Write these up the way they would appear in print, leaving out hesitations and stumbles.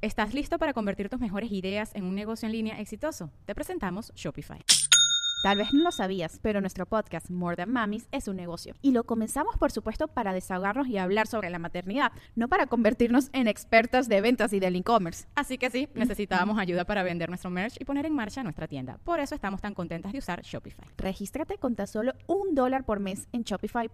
¿Estás listo para convertir tus mejores ideas en un negocio en línea exitoso? Te presentamos Shopify. Tal vez no lo sabías, pero nuestro podcast More Than Mamis es un negocio. Y lo comenzamos, por supuesto, para desahogarnos y hablar sobre la maternidad, no para convertirnos en expertas de ventas y del e-commerce. Así que sí, necesitábamos ayuda para vender nuestro merch y poner en marcha nuestra tienda. Por eso estamos tan contentas de usar Shopify. Regístrate con tan solo $1 por mes en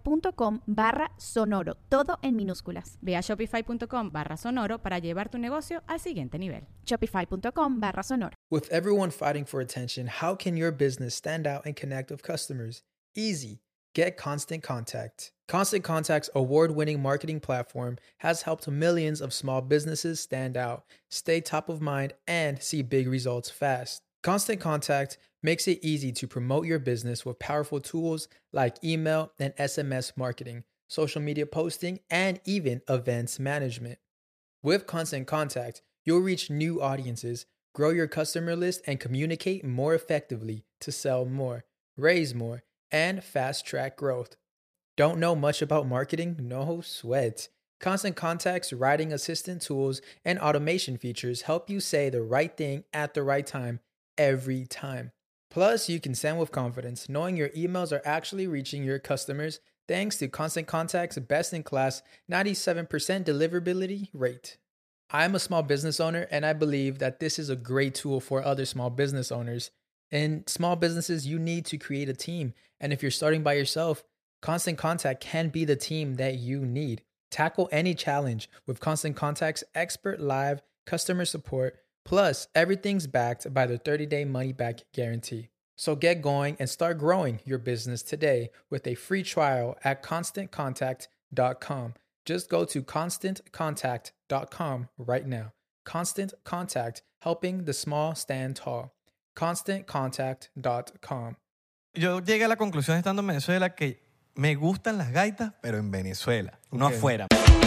shopify.com/sonoro, todo en minúsculas. Ve a shopify.com/sonoro para llevar tu negocio al siguiente nivel. Shopify.com/sonoro. With everyone fighting for attention, how can your business stand out and connect with customers? Easy. Get Constant Contact. Constant Contact's award-winning marketing platform has helped millions of small businesses stand out, stay top of mind, and see big results fast. Constant Contact makes it easy to promote your business with powerful tools like email and SMS marketing, social media posting, and even events management. With Constant Contact, you'll reach new audiences, grow your customer list, and communicate more effectively to sell more, raise more, and fast-track growth. Don't know much about marketing? No sweat. Constant Contact's writing assistant tools and automation features help you say the right thing at the right time every time. Plus, you can send with confidence, knowing your emails are actually reaching your customers thanks to Constant Contact's best-in-class 97% deliverability rate. I'm a small business owner, and I believe that this is a great tool for other small business owners. In small businesses, you need to create a team. And if you're starting by yourself, Constant Contact can be the team that you need. Tackle any challenge with Constant Contact's expert live customer support. Plus, everything's backed by the 30-day money-back guarantee. So get going and start growing your business today with a free trial at ConstantContact.com. Just go to ConstantContact.com right now. Constant Contact, helping the small stand tall. ConstantContact.com. Yo llegué a la conclusión estando en Venezuela que me gustan las gaitas, pero en Venezuela, no afuera.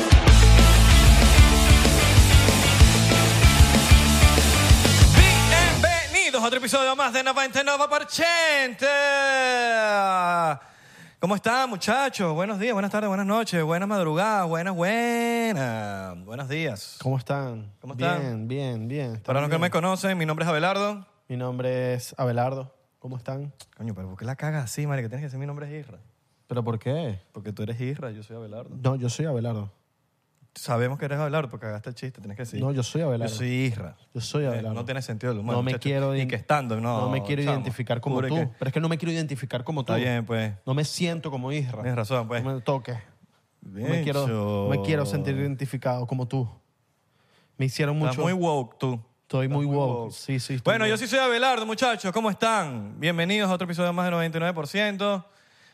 Bienvenidos a otro episodio más de 99%. ¿Cómo están, muchachos? Buenos días, buenas tardes, buenas noches, buenas madrugadas, buenos días. ¿Cómo están? ¿Cómo están? Bien. Para los que no me conocen, mi nombre es Abelardo. Mi nombre es Abelardo. ¿Cómo están? Coño, pero ¿por qué la cagas así, Mari? Que tienes que decir mi nombre es Isra. ¿Pero por qué? Porque tú eres Isra, yo soy Abelardo. No, yo soy Abelardo. Sabemos que eres Abelardo porque cagaste el chiste, tienes que decir. No, yo soy Abelardo. Yo soy Isra. Yo soy Abelardo. No tiene sentido el humor, No me muchacho. quiero Y que estando, no me quiero chamo, identificar como jure tú. que- Pero es que no me quiero identificar como tú. Está bien, pues. No me siento como Isra. Tienes razón, pues. No me toques. No me quiero sentir identificado como tú. Me hicieron mucho. Estás muy woke tú. Estoy muy muy woke. woke. Sí. estoy Bueno, woke. yo sí soy Abelardo, muchachos. ¿Cómo están? Bienvenidos a otro episodio más de 99%.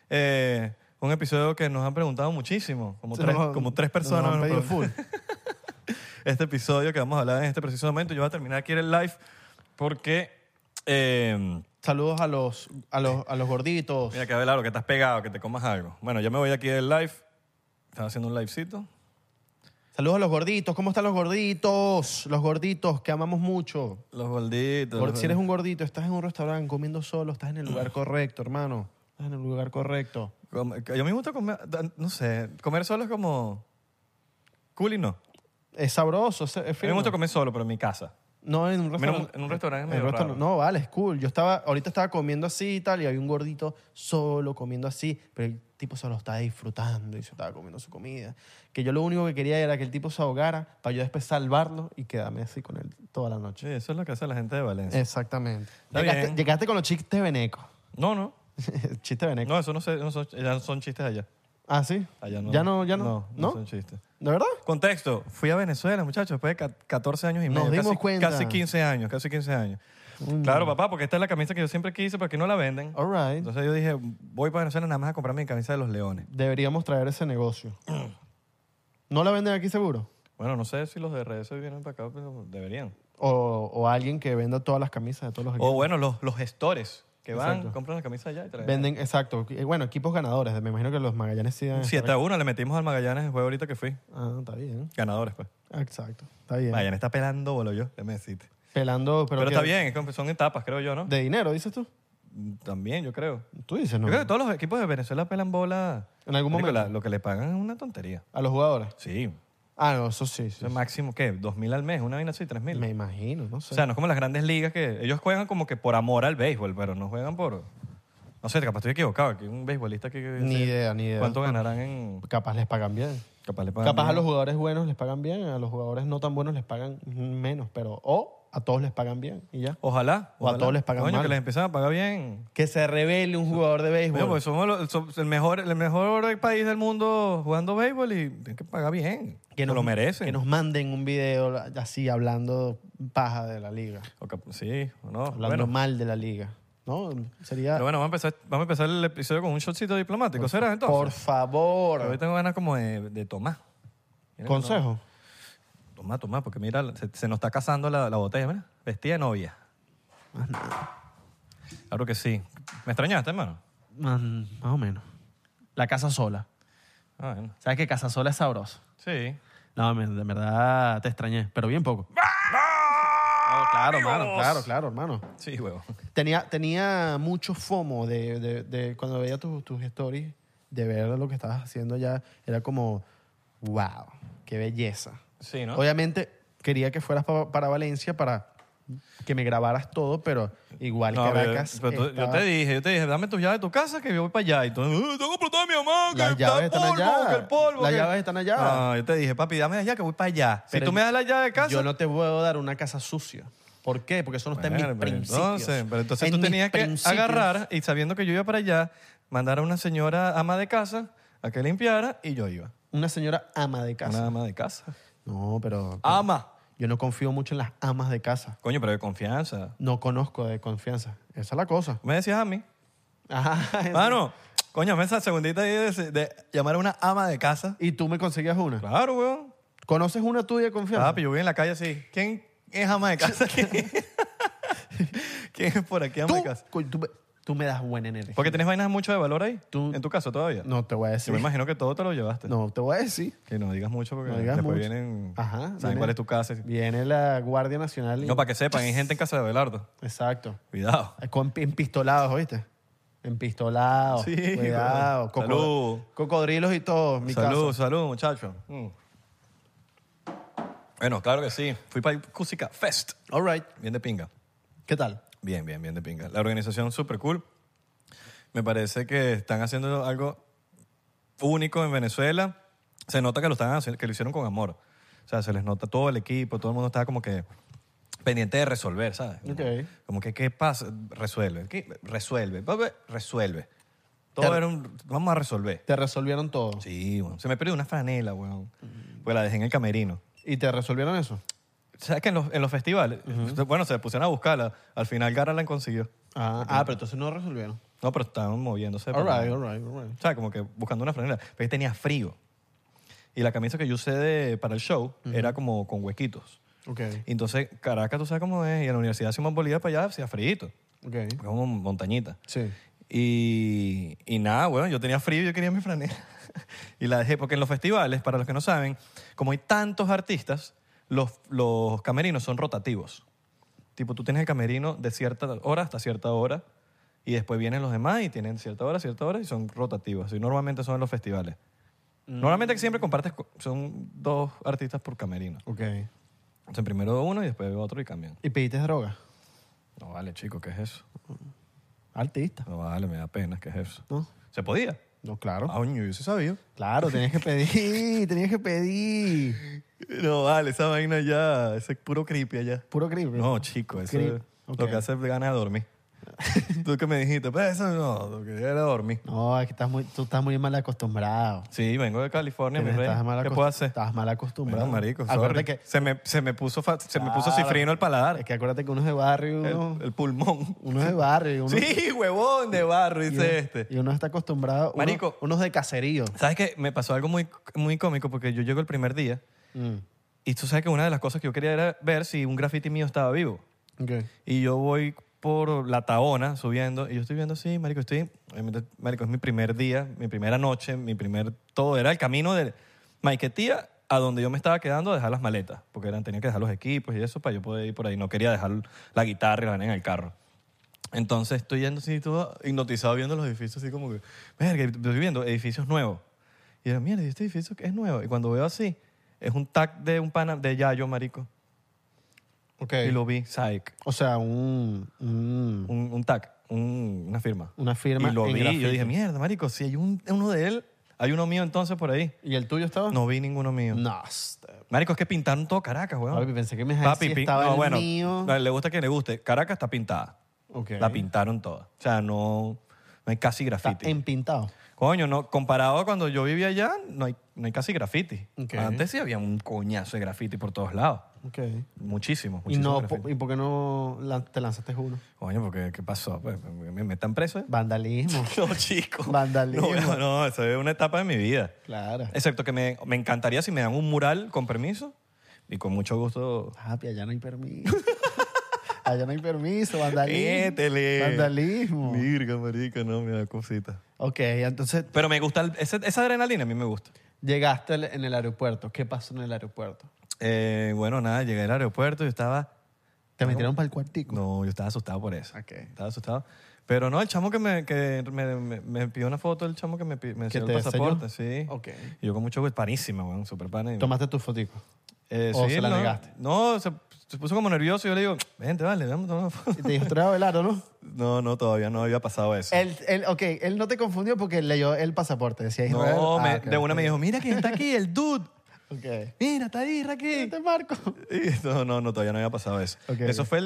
Un episodio que nos han preguntado muchísimo. Como tres personas. Nos han nos pedido preguntan. full. Este episodio que vamos a hablar en este preciso momento. Yo voy a terminar aquí el live porque... Saludos a los gorditos. mira que Abelardo, que estás pegado, que te comas algo. Bueno, yo me voy aquí del live. Están haciendo un livecito. Saludos a los gorditos. ¿Cómo están los gorditos? Los gorditos que amamos mucho. Los gorditos. Si eres un gordito, estás en un restaurante comiendo solo, estás en el lugar correcto, hermano. Estás en el lugar correcto. Yo me gusta comer, no sé, comer solo es como cool y no. Es sabroso, es A mí me fino. gusta comer solo, pero en mi casa. No, en un Mira, restaurante. en un restaurante es En medio un restaurante- raro. No, vale, es cool. Ahorita estaba comiendo así y tal, y había un gordito solo comiendo así, pero el tipo se lo estaba disfrutando y se estaba comiendo su comida. Que yo lo único que quería era que el tipo se ahogara para yo después salvarlo y quedarme así con él toda la Sí, noche. eso es lo que hace la gente de Valencia. Exactamente. Está bien. Llegaste con los chistes venecos. No. Chiste veneco. No, eso no sé, ya son chistes allá. Ah, ¿sí? Allá no. ¿Ya no? No son chistes. ¿De verdad? Contexto, fui a Venezuela, muchachos, después de 14 años y Nos medio. dimos cuenta. Casi 15 años. Claro, papá, porque esta es la camisa que yo siempre quise, pero aquí no la venden. All right. Entonces yo dije, voy para Venezuela nada más a comprar mi camisa de los leones. Deberíamos traer ese negocio. ¿No la venden aquí seguro? Bueno, no sé si los de RS vienen para acá, pero deberían. O alguien que venda todas las camisas de todos los O equipos. bueno, los gestores que van, Exacto. compran la camisa allá y traen. Venden, exacto. Bueno, equipos ganadores. Me imagino que los Magallanes sí deben estar 7-1 le metimos al Magallanes el juego ahorita que fui. aquí. Ah, está bien. Ganadores, pues. Exacto. Está bien. Magallanes está pelando bolo yo, déjame decirte. Pelando, pero Pero que- está bien, es que son etapas, creo yo, ¿no? ¿De dinero, dices tú? También, yo creo. Tú dices, ¿no? Yo creo que todos los equipos de Venezuela pelan bola. En algún Marico, momento. lo que le pagan es una tontería. A los jugadores. Sí. Ah, no, eso sí. Eso es máximo, ¿qué? 2.000 al mes, una vaina así, 3.000. Me imagino, no sé. O sea, no es como las grandes ligas que ellos juegan como que por amor al béisbol, pero no juegan por... No sé, capaz estoy equivocado. Aquí un beisbolista que... Ni idea. ¿Cuánto ganarán en...? Capaz les pagan bien. Capaz le pagan Capaz a bien. los jugadores buenos les pagan bien, a los jugadores no tan buenos les pagan menos, pero o a todos les pagan bien y ya. Ojalá. O a todos les pagan Coño, mal. que les empiezan a pagar bien. Que se revele un jugador de béisbol. Coño, pues somos el mejor país del mundo jugando béisbol y tienen que pagar bien. Que lo merecen. Que nos manden un video así hablando paja de la liga, Sí, o no. hablando Bueno, mal de la liga. ¿No? Sería... pero bueno, vamos a empezar el episodio con un shotcito diplomático. ¿Será entonces? Por favor. Hoy tengo ganas como de tomar. Mira que Consejo. no. Toma, porque mira, se nos está casando la botella, mira. Vestida de novia. Más nada. Claro que sí. ¿Me extrañaste, hermano? Más o menos. La casa sola. Ah, bueno. ¿Sabes que casa sola es sabroso? Sí. No, de verdad te extrañé, pero bien poco. No, claro, hermano, claro, hermano. Sí, huevo. Tenía mucho FOMO de cuando veía tus stories, de ver lo que estabas haciendo ya. Era como, wow, qué belleza. Sí, ¿no? Obviamente quería que fueras para Valencia para que me grabaras todo, pero igual No, Caracas pero yo estaba- te dije, dame tus llaves de tu casa que yo voy para allá. Y tú, tengo que preguntar a mi mamá que Las está llaves el están polvo, allá. que el polvo. Las que- llaves están allá. No, yo te dije, papi, dame allá que voy para allá. Si Pero tú me das la llave de casa... Yo no te puedo dar una casa sucia. ¿Por qué? Porque eso no está en mis Bueno, principios. pero entonces En tú mis tenías que principios. agarrar y sabiendo que yo iba para allá, mandar a una señora ama de casa a que limpiara y yo iba. Una señora ama de casa. Una ama de casa. No, pero Ama. yo no confío mucho en las amas de casa. Coño, pero de confianza. No conozco de confianza. Esa es la cosa. ¿Me decías a mí? Ajá. Mano, coño, me esa segundita ahí de llamar a una ama de casa. ¿Y tú me conseguías una? Claro, weón. ¿Conoces una tuya de confianza? Papi, yo voy en la calle así. ¿Quién es ama de casa? ¿Quién es por aquí ama de casa? Tú me das buena energía. Porque tienes vainas mucho de valor ahí. Tú- En tu caso todavía. No te voy a Yo decir. me imagino que todo te lo llevaste. No, te voy a decir. Que no digas mucho porque No digas después mucho. vienen. Ajá. Saben viene- cuál es tu casa. Viene la Guardia Nacional. y- No, para que sepan, hay gente en casa de Abelardo. Exacto. Cuidado. Empistolados, ¿oíste? Empistolados. Sí, Cuidado. bueno. Salud. Cocodrilos y todo. Mi Salud, casa. salud, muchacho. Bueno, claro que sí. Fui para el Cusica Fest. All right. Bien de pinga. ¿Qué tal? Bien de pinga. La organización súper cool. Me parece que están haciendo algo único en Venezuela. Se nota que lo están haciendo, que lo hicieron con amor. O sea, se les nota todo el equipo, todo el mundo está como que pendiente de resolver, ¿sabes? Ok. Como que, ¿qué pasa? Resuelve. ¿Qué? Resuelve. Papi, resuelve. Todo Te- era un... Vamos a resolver. Te resolvieron todo. Sí, weón. Se me perdió una franela, weón. Pues la dejé en el camerino. ¿Y te resolvieron eso? ¿Sabes que en los festivales, bueno, se pusieron a buscarla. Al final Gara la consiguió. Pero entonces no resolvieron. No, pero estaban moviéndose. All para- right, all right, all right. O sea, como que buscando una franela. Pero tenía frío. Y la camisa que yo usé para el show era como con huequitos. Ok, Y entonces, Caracas, tú sabes cómo es. Y en la Universidad Simón Bolívar para allá hacía frío. ok. Como montañita. Sí. Y nada, bueno, yo tenía frío y yo quería mi franela. Y la dejé, porque en los festivales, para los que no saben, como hay tantos artistas, los camerinos son rotativos. Tipo, tú tienes el camerino de cierta hora hasta cierta hora y después vienen los demás y tienen cierta hora y son rotativos. Y normalmente son en los festivales. Normalmente siempre compartes, son 2 artistas por camerino. Ok. Entonces primero uno y después otro y cambian. ¿Y pediste droga? No vale, chico, ¿qué es eso? Artista. No vale, me da pena, ¿qué es eso? ¿No? ¿Se podía? No, claro. Ah, coño, yo sí sabía. Claro, tenías que pedir, tenías que pedir. No, vale, esa vaina ya, ese es puro creepy allá. Puro creepy. No, chico, eso Creep. es Ok. lo que hace ganas de dormir. Tú que me dijiste, pues eso no, lo que era dormir. No, es que tú estás muy mal acostumbrado. Sí, vengo de California, mi rey. Estás mal ¿Qué puedo hacer? Estás mal acostumbrado. Bueno, marico, Acuérdate sorry. que, Se me puso Claro. cifrino el paladar. es que acuérdate que uno es de barrio y uno, El pulmón. uno es de barrio. Y uno, Sí, huevón, de barro, y dice uno- este. Y uno está acostumbrado. Marico. Uno es de caserío. ¿Sabes qué? Me pasó algo muy, muy cómico porque yo llego el primer día y tú sabes que una de las cosas que yo quería era ver si un graffiti mío estaba vivo. Ok. Y yo voy por la Taona subiendo y yo estoy viendo así, marico, marico, es mi primer día, mi primera noche, todo. Era el camino de Maiquetía a donde yo me estaba quedando a dejar las maletas, porque tenía que dejar los equipos y eso para yo poder ir por ahí. No quería dejar la guitarra y la vaina en el carro. Entonces estoy yendo así todo hipnotizado viendo los edificios así como que, verga, estoy viendo edificios nuevos. Y era, mierda, ¿y este edificio es nuevo? Y cuando veo así, Es un tag de un pana de Yayo, marico. Ok. Y lo vi, Psych. O sea, Un tag, una firma. una firma Y lo en vi y grafito. yo dije, mierda, marico, si hay uno de él, hay uno mío entonces por ahí. ¿Y el tuyo estaba? No vi ninguno mío. No. Marico, es que pintaron todo Caracas, weón. Papi, pensé que me ibas a decir si estaba el mío. Le gusta que le guste. Caracas está pintada. Ok. La pintaron toda. O sea, no hay casi Está graffiti. empintado. Coño, no, comparado a cuando yo vivía allá, no hay casi graffiti. Ok. Antes sí había un coñazo de graffiti por todos lados. Ok. Muchísimo, ¿Y, muchísimo no, graffiti. ¿Y por qué no te lanzaste uno? Coño, porque ¿qué pasó? Pues, ¿me metan preso? Vandalismo. No, chico. Vandalismo. No, eso es una etapa de mi vida. Claro. Excepto que me encantaría si me dan un mural con permiso y con mucho gusto. Papi, allá no hay permiso. Allá no hay permiso, vandalismo. Métele. Vandalismo. Virga, marica, no, me da cosita. Ok, entonces Pero me gusta, esa adrenalina a mí me gusta. llegaste en el aeropuerto. ¿Qué pasó en el aeropuerto? Bueno, nada, llegué al aeropuerto y estaba... ¿Te metieron para el cuartico? No, yo estaba asustado por eso. Ok. Estaba asustado. Pero no, el chamo que me pidió una foto, el chamo que me ¿Que enseñó te el pasaporte, sí. Ok. Y yo con mucho gusto, panísima, weón, súper pana. ¿Tomaste tu fotico? ¿O Sí, se la no, negaste? No, se puso como nervioso y yo le digo, vente, vale, vamos a tomar una foto. Y te dijo, tú eres Abelardo, ¿no? No, todavía no había pasado eso. Él no te confundió porque leyó el pasaporte. Decía Israel. No, Ok, de una ok. me dijo, mira quién está aquí, el dude. Ok. Mira, está ahí, Raquel. Te marco. Y no, todavía no había pasado eso. Ok, Eso ok. fue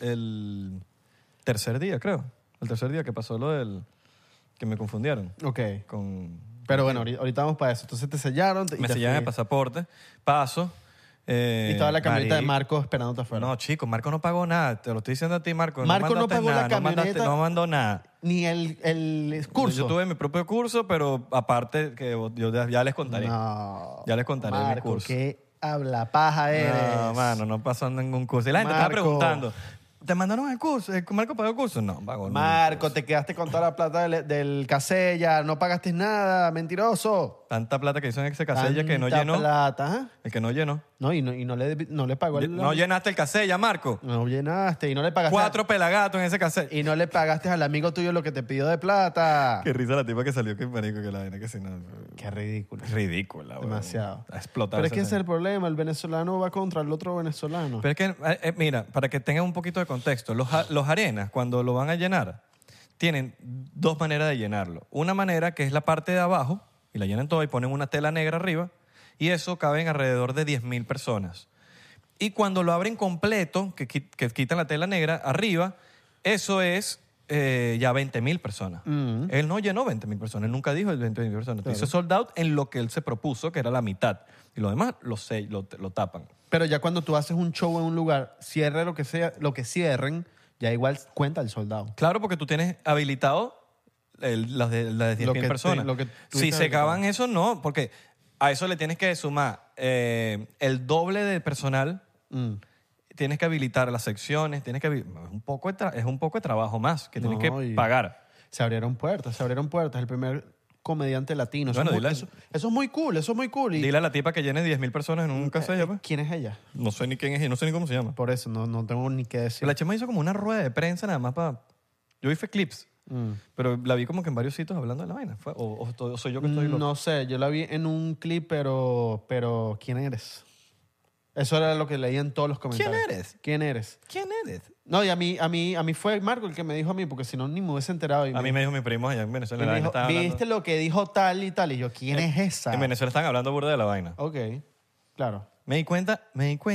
el tercer día, creo. El tercer día que pasó lo del... que me confundieron Ok. con... Pero bueno, ahorita vamos para eso. Entonces te sellaron. Me sellaron el pasaporte, paso. Y estaba la camioneta de marico. Marco esperándote afuera. No, chico, Marco no pagó nada. Te lo estoy diciendo a ti, Marco. Marco no mandaste pagó la nada, camioneta. No mandó nada. Ni el curso. Yo tuve mi propio curso, pero aparte que yo ya les contaré. No. Ya les contaré mi Marco, curso. qué habla paja eres. No, mano, no pasó ningún curso. Y la gente estaba Marco. preguntando, ¿te mandaron el curso? ¿Marco pagó el curso? No, pagó ningún Marco, curso. te quedaste con toda la plata del Casella. No pagaste nada. Mentiroso. Tanta plata que hizo en ese casella que no Tanta llenó. plata, ¿ah? El que no llenó. No, y no le pagó el... No llenaste el casella, Marco. No llenaste y no le pagaste... 4 pelagatos en ese casella. Y no le pagaste al amigo tuyo lo que te pidió de plata. Qué risa la tipa que salió, que marico, que la vaina que si no... Qué ridículo. Ridícula, weón. Demasiado. A explotar. Pero es que esa ese es el problema. El venezolano va contra el otro venezolano. Pero es que, mira, para que tengan un poquito de contexto, los arenas, cuando lo van a llenar, tienen dos maneras de llenarlo. Una manera que es la parte de abajo, y la llenan todo y ponen una tela negra arriba, y eso caben alrededor de 10.000 personas. Y cuando lo abren completo, que quitan la tela negra arriba, eso es ya 20.000 personas. Él no llenó 20.000 personas, él nunca dijo el 20.000 personas. Hizo sold out en lo que él se propuso, que era la mitad. Y lo demás lo tapan. Pero ya cuando tú haces un show en un lugar, cierre lo que sea, lo que cierren, ya igual cuenta el soldado. Claro, porque tú tienes habilitado las de Lo 10.000 que personas. lo que tú Si dices se habilitado. acaban eso, no, porque a eso le tienes que sumar el doble de personal, tienes que habilitar las secciones, tienes que es un poco de trabajo más que tienes No, que y- pagar. Se abrieron puertas. El primer comediante latino. Eso, Bueno, es muy, dile- eso es muy cool, eso es muy cool. Y, Dile a la tipa que llene 10.000 personas en un casella, pues. ¿Quién es ella? No sé ni quién es y no sé ni cómo se llama. Por eso, no tengo ni qué decir. La chema hizo como una rueda de prensa nada más para... Yo vi fue clips, pero la vi como que en varios sitios hablando de la vaina. O soy yo que estoy loco. No sé, yo la vi en un clip, pero ¿quién eres? Eso era lo que leí en todos los comentarios. eres? ¿Quién eres? ¿Quién eres? No, y a mí fue Marco el que me dijo a mí, porque si no ni me hubiese enterado. Y A mí me dijo mi primo allá en y Venezuela. me la vaina dijo, estaban hablando- ¿viste lo que dijo tal y tal? Y yo, ¿quién es esa? En Venezuela están hablando burda de la vaina. Ok, claro. Me di cuenta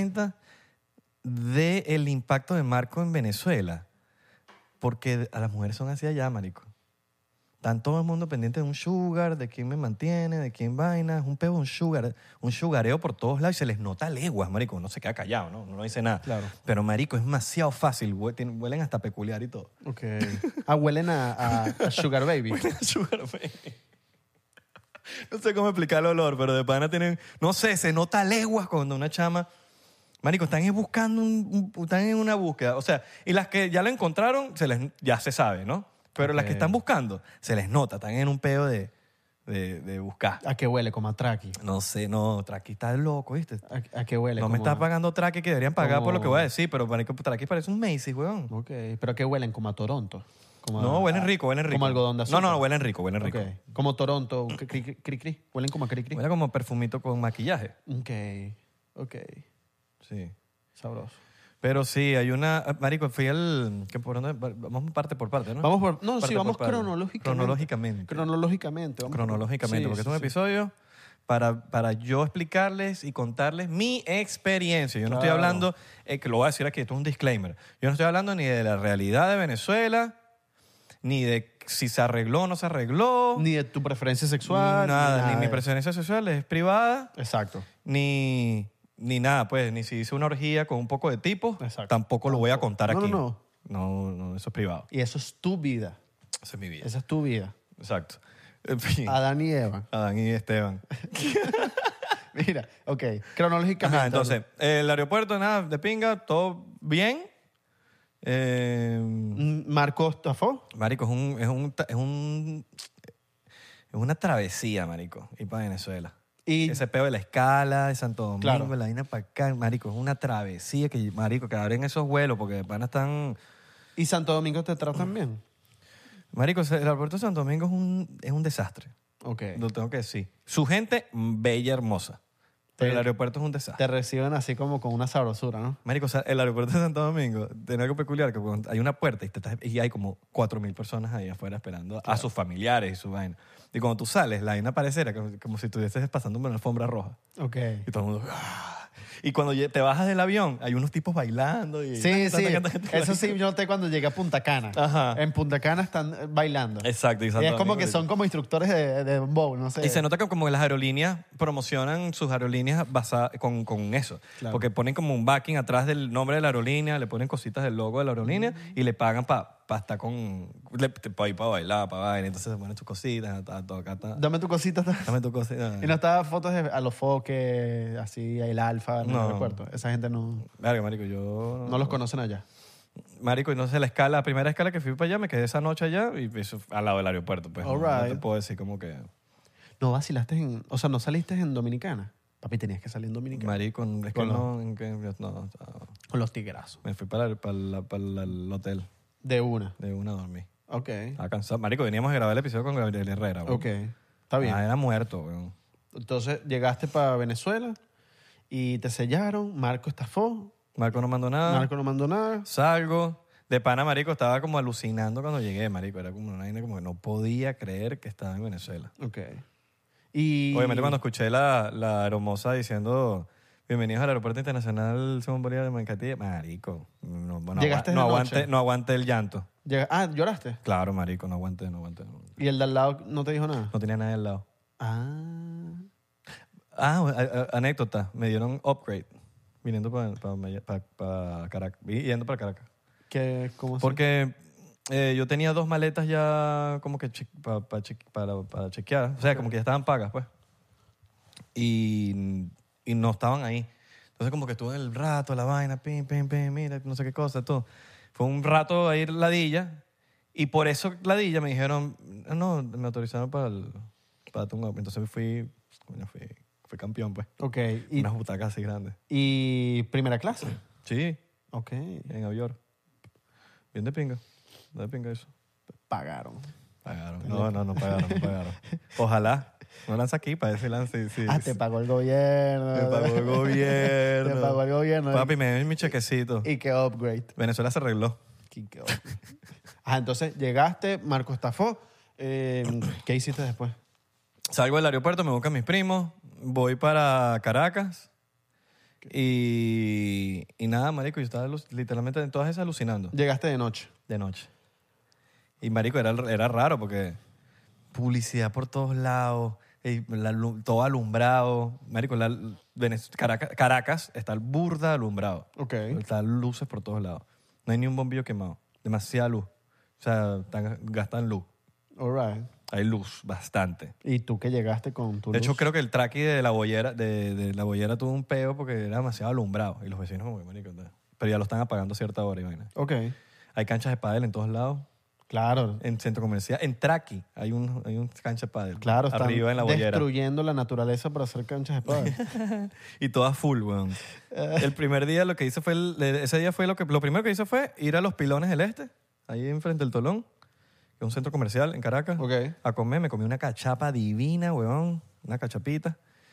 del impacto de Marco en Venezuela. Porque a las mujeres son así allá, marico. Están todo el mundo pendiente de un sugar, de quién me mantiene, de quién vaina. Es un peo, un sugareo por todos lados y se les nota leguas, marico. Uno se queda callado, ¿no? Uno no dice nada. Claro. Pero, marico, es demasiado fácil. Huelen hasta peculiar y todo. Ok. Huelen a Sugar Baby. Sugar baby. No sé cómo explicar el olor, pero de pana tienen... No sé, se nota leguas cuando una chama... Marico, están buscando están en una búsqueda. O sea, y las que ya lo encontraron, ya se sabe, ¿no? Pero las que Ok. están buscando, se les nota, están en un peo de buscar. ¿A qué huele? Como a Traki. No sé, no, Traki está loco, ¿viste? ¿A qué huele? No me Como está pagando Traki que deberían pagar por lo que como- voy a decir, pero marico, Traki parece un Macy's, weón. Ok, pero ¿a qué huelen? Como a Toronto. No, huelen rico, huelen rico. Como algodón de azúcar. No, huelen rico, huelen rico. Ok. Como Toronto, cri. Huelen como a cri. Huele como perfumito con maquillaje. Ok. Sí. Sabroso. Pero sí, hay una... Marico, fui al... ¿Por dónde? Vamos parte por parte, ¿no? Vamos Parte vamos por parte. cronológicamente. Cronológicamente. Vamos Cronológicamente, sí, porque sí, es un sí. episodio para yo explicarles y contarles mi experiencia. Yo no estoy Claro. hablando, que lo voy a decir aquí, esto es un disclaimer. Yo no estoy hablando ni de la realidad de Venezuela, ni de si se arregló o no se arregló, Ni de tu preferencia sexual. nada, ni mi de- preferencia sexual es privada, Exacto. ni nada, pues, ni si hice una orgía con un poco de tipos, Exacto. tampoco lo voy a contar No, aquí. no. No, eso es privado. Y eso es tu vida. Esa es mi vida. Esa es tu vida. Exacto. En fin, Adán y Eva. Adán y Esteban. Mira, ok. Cronológicamente. Ajá, entonces, el aeropuerto, nada, de pinga, todo bien. Marco Estafó. Marico, es una travesía, marico, ir para Venezuela. Y Ese peo de la escala, de Santo Domingo, Claro. la vaina para acá, marico, es una travesía que, marico, que abren esos vuelos porque de pana están... y Santo Domingo te tratan bien. Marico, el aeropuerto de Santo Domingo es un desastre, Ok. lo tengo que decir. Su gente, bella, hermosa, pero el aeropuerto es un desastre. Te reciben así como con una sabrosura, ¿no? Marico, o sea, el aeropuerto de Santo Domingo tiene algo peculiar, que cuando hay una puerta y hay como 4.000 personas ahí afuera esperando a sus familiares y su vaina. Y cuando tú sales, la vaina pareciera como si estuvieses pasando por una alfombra roja. Ok. Y todo el mundo... ¡ah! Y cuando te bajas del avión, hay unos tipos bailando. Y, Sí. Eso sí, yo noté cuando llegué a Punta Cana. Ajá. En Punta Cana están bailando. Exacto. Y es como que son como instructores de bowl, no sé. Y se nota que como las aerolíneas promocionan sus aerolíneas basadas con eso. Claro. Porque ponen como un backing atrás del nombre de la aerolínea, le ponen cositas del logo de la aerolínea y le pagan para estar con... Para ir para bailar, para bailar. Entonces se ponen tus cositas, Dame tu cosita. dame tu cosita. Y no estaba fotos a los foques, así, el alfa en el No. aeropuerto. Esa gente no Verga, marico, yo... los conocen allá. Marico, y no sé, la primera escala que fui para allá, me quedé esa noche allá y eso al lado del aeropuerto. Pues All no te right. puedo decir como que... No vacilaste o sea, no saliste en Dominicana. Papi, tenías que salir en Dominicana. Marico, es que Con no, no, Con los tigrazos. me fui para el hotel De una. de una a dormir. Ok. Estaba cansado. Marico, veníamos a grabar el episodio con Gabriel Herrera. weón. Ok. Está bien. Era muerto, weón. Entonces, llegaste para Venezuela y te sellaron. Marco estafó. Marco no mandó nada. Marco no mandó nada. Salgo. De pana, marico, estaba como alucinando cuando llegué, marico. Era como una vaina como que no podía creer que estaba en Venezuela. Ok. Y... Obviamente cuando escuché la hermosa diciendo bienvenidos al Aeropuerto Internacional Simón Bolívar de Mancatilla, marico, ¿Llegaste no de aguante, noche? no aguanté el llanto. ¿Lloraste? Claro, marico, no aguanté. ¿Y el de al lado no te dijo nada? No tenía nadie al lado. Ah. Anécdota, me dieron upgrade viniendo para Caracas, yendo para Caracas. ¿Cómo así? Porque yo tenía 2 maletas ya como que para chequear. O sea, como que ya estaban pagas, pues. Y no estaban ahí. Entonces como que estuve en el rato, la vaina, pim, mira, no sé qué cosa, todo. Fue un rato a ir ladilla. Y por eso ladilla me dijeron, no, me autorizaron para Tunga. Entonces fui campeón, pues. Ok. ¿Y, Unas butacas así grandes. y primera clase? Sí, Ok. en avión. Bien de pinga. De pinga eso. Pagaron. Pagaron. No pagaron. Ojalá. No lanza aquí, para ese lance. Sí, Te pagó el gobierno. Me pagó el gobierno. Te pagó el gobierno. Papi, me dio mi chequecito. Y qué upgrade. Venezuela se arregló. Qué upgrade. Entonces llegaste, Marco estafó. ¿Qué hiciste después? Salgo del aeropuerto, me buscan mis primos, voy para Caracas y nada, marico, yo estaba literalmente en todas esas alucinando Llegaste de noche. de noche. Y marico, era raro porque publicidad por todos lados, todo alumbrado. Marico, Caracas está burda alumbrado. Ok. Están luces por todos lados. No hay ni un bombillo quemado. Demasiada luz. O sea, gastan luz. All right. Hay luz, bastante. ¿Y tú que llegaste con tu De hecho, luz? creo que el traqui de la bollera, de la bollera tuvo un peo porque era demasiado alumbrado. Y los vecinos como que, marico, pero ya lo están apagando a cierta hora y vaina. Ok. Hay canchas de pádel en todos lados. Claro. En centro comercial, en Traqui hay un cancha de pádel. Claro, están Arriba en la bollera. destruyendo la naturaleza para hacer canchas de pádel. Y todas full, weón. El primer día lo que hice fue, ese día fue lo primero que hice fue ir a los Pilones del Este, ahí enfrente del Tolón. es un centro comercial en Caracas, Ok. a comer. Me comí una cachapa divina, weón, una cachapita.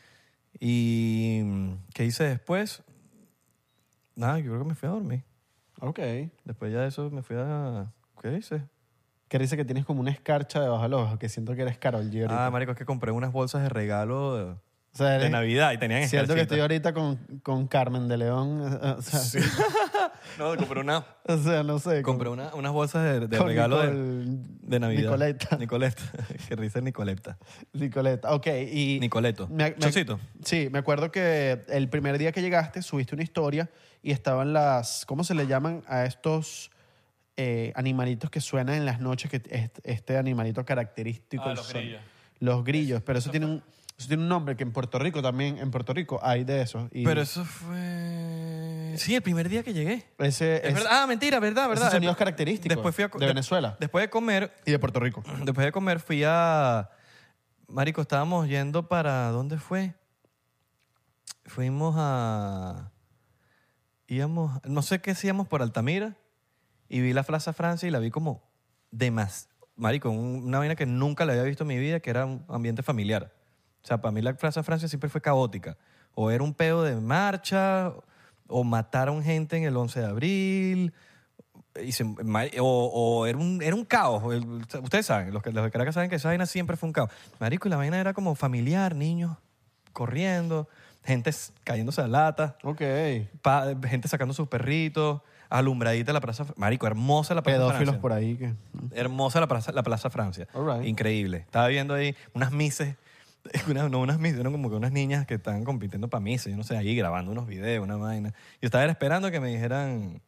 ¿Y qué hice después? Nada, yo creo que me fui a dormir. Ok. Después ya de eso me fui a... ¿Qué hice? Que dice que tienes como una escarcha debajo del ojo, que siento que eres Karol G ahorita. Ah, marico, es que compré unas bolsas de regalo o sea, de eres- Navidad y tenían Siento que estoy escarchita. ahorita con Carmen de León. O sea, No, compré o sea, no sé. compré unas bolsas de con regalo Nicole- de Navidad. Nicoleta. Nicoleta. Qué risa Nicoleta. Nicoleta. Ok, y... Nicoleto. Chocito. Sí, me acuerdo que el primer día que llegaste subiste una historia y estaban las... ¿Cómo se le llaman a estos animalitos que suenan en las noches? Que este animalito característico. Ah, el los son- grillos. Los grillos, pero eso tiene un nombre que en Puerto Rico también, en Puerto Rico hay de esos. Y Pero eso fue... Sí, el primer día que llegué. ese Es verdad. Ah, mentira, verdad. ese sonido es característico Después fui a... de Venezuela Después de comer, y de Puerto Rico. fui a... Marico, estábamos yendo para... ¿Dónde fue? Fuimos a... Íbamos... No sé qué hacíamos por Altamira y vi la Plaza Francia y la vi como de más... Marico, una vaina que nunca la había visto en mi vida, que era un ambiente familiar. O sea, para mí la Plaza Francia siempre fue caótica. O era un pedo de marcha, o mataron gente en el 11 de abril, o era un caos. Ustedes saben, los de Caracas saben que esa vaina siempre fue un caos. Marico, y la vaina era como familiar, niños corriendo, gente cayéndose a lata, Ok. gente sacando sus perritos, alumbradita la Plaza. Marico, hermosa la Plaza Pedófilos Francia. por ahí que... Hermosa la Plaza Francia. All right. Increíble. Estaba viendo ahí unas mises, no unas mises, eran como que unas niñas que estaban compitiendo para mises, yo no sé, ahí grabando unos videos, una vaina. Yo estaba esperando que me dijeran,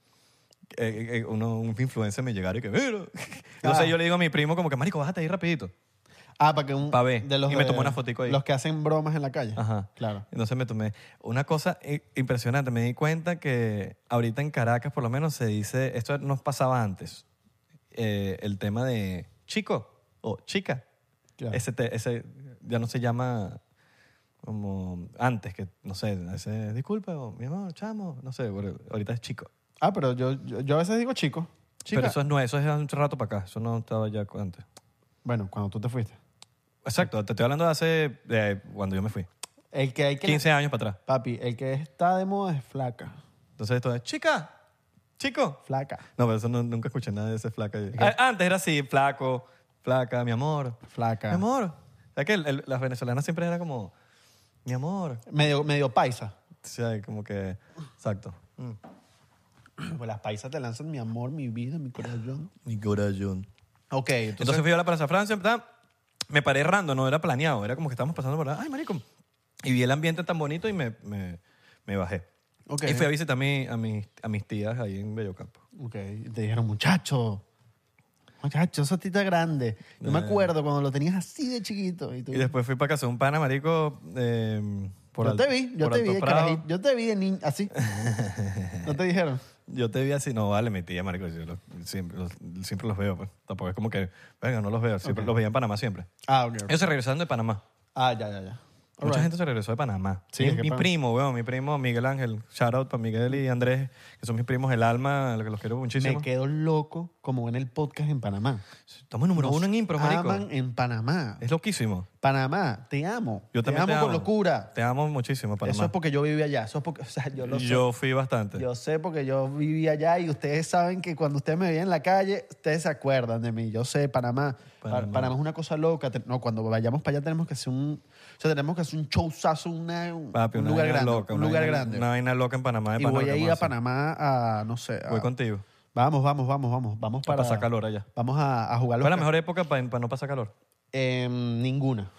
un influencer me llegara y que, mira. Entonces yo le digo a mi primo como que, marico, bájate ahí rapidito. Ah, para que un... Pa' ver. de los Y me de- tomó una fotico ahí. Los que hacen bromas en la calle. Ajá. Claro. Entonces me tomé una cosa impresionante. Me di cuenta que ahorita en Caracas por lo menos se dice, esto no pasaba antes, el tema de chico o chica. Ya. Ese ya no se llama como antes, que no sé, ese disculpa, o mi amor, chamo, no sé, ahorita es chico. Ah, pero yo a veces digo chico. Chica. Pero eso no, eso es hace un rato para acá, eso no estaba ya antes. Bueno, cuando tú te fuiste. Exacto, te estoy hablando de hace, cuando yo me fui, El que hay que... 15 años para atrás. Papi, el que está de moda es flaca. Entonces esto es, chica, chico. Flaca. No, pero eso nunca escuché nada de ese flaca. Antes era así, flaco, flaca, mi amor. Flaca. Mi amor. O sea que las venezolanas siempre era como, mi amor. Medio paisa. O sea, como que, exacto. Pues las paisas te lanzan mi amor, mi vida, mi corazón. Mi corazón. Ok, Entonces fui a la Plaza Francia, me paré random, no era planeado, era como que estábamos pasando por ahí, ay, marico. Y vi el ambiente tan bonito y me bajé. Ok. Y fui a visitar a mis tías ahí en Bellocampo. Ok, y te dijeron, muchacho, eso tita grande. Yo me acuerdo cuando lo tenías así de chiquito. Y tú, Y después fui para casa de un pana, marico, yo te vi por de Alto Prado. carajito, yo te vi de niño, así. ¿No te dijeron? Yo te vi así, no vale, mi tía, marico, siempre los veo, pues. Tampoco es como que, venga, no los veo, siempre los veía en Panamá siempre. Ah, ok. Ellos se regresaron de Panamá. Ah, ya. Mucha gente se regresó de Panamá. Sí, mi es que mi Pan- primo, weón, mi primo Miguel Ángel. Shout out para Miguel y Andrés, que son mis primos del alma, a los que los quiero muchísimo. Me quedo loco como en el podcast en Panamá. Estamos número uno en impro, marico. Aman en Panamá. Es loquísimo. Panamá, te amo. Yo también te amo con locura. Te amo muchísimo, Panamá. Eso es porque yo viví allá. Eso es porque, o sea, yo lo sé. Yo fui bastante. Yo sé porque yo viví allá y ustedes saben que cuando ustedes me veían en la calle, ustedes se acuerdan de mí. Yo sé, Panamá. Panamá. Panamá es una cosa loca. No, cuando vayamos para allá tenemos que hacer un showzazo, un Papi, una lugar vaina grande. loca, un una lugar vaina- grande. Una vaina loca en Panamá. Y voy a ir a Panamá a, no sé. Voy contigo. Vamos. Vamos para... Pasar calor allá. Vamos a jugar los... ¿Cuál es la mejor época para no pasar calor? Ninguna.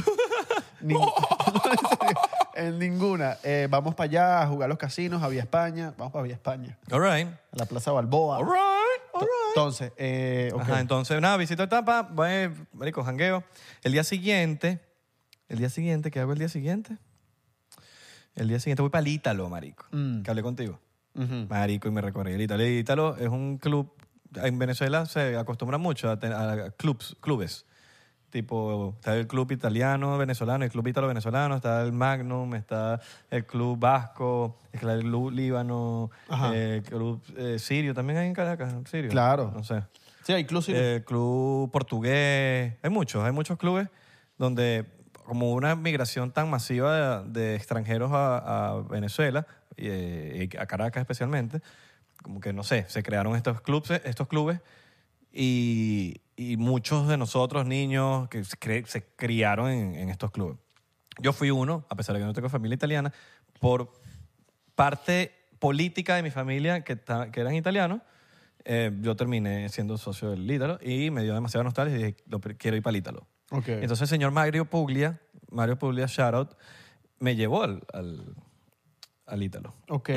En ninguna. Vamos para allá a jugar los casinos, a Vía España. Vamos para Vía España. All right. A la Plaza Balboa. All right. Entonces, ok. Ajá, entonces, nada, visito etapa, voy, marico, jangueo. El día siguiente, ¿qué hago el día siguiente? El día siguiente voy para el Ítalo, marico, que hablé contigo. Ujú. Marico, y me recorrí el Ítalo. El Ítalo es un club, en Venezuela se acostumbra mucho a clubes. Tipo, está el club italiano venezolano, el club ítalo venezolano, está el Magnum, está el club vasco, está el club líbano, Ajá. el club sirio, también hay en Caracas, sirio. Claro. No sé. Sí, hay clubes. Club portugués. Hay muchos clubes donde como una migración tan masiva de extranjeros a Venezuela y a Caracas especialmente, como que no sé, se crearon estos clubes y muchos de nosotros niños que se criaron en estos clubes. Yo fui uno, a pesar de que no tengo familia italiana, por parte política de mi familia que eran italianos. Yo terminé siendo socio del Ítalo y me dio demasiada nostalgia y dije, quiero ir para el Ítalo. Ok. Entonces el señor Mario Puglia, shout out, me llevó al Ítalo. Ok.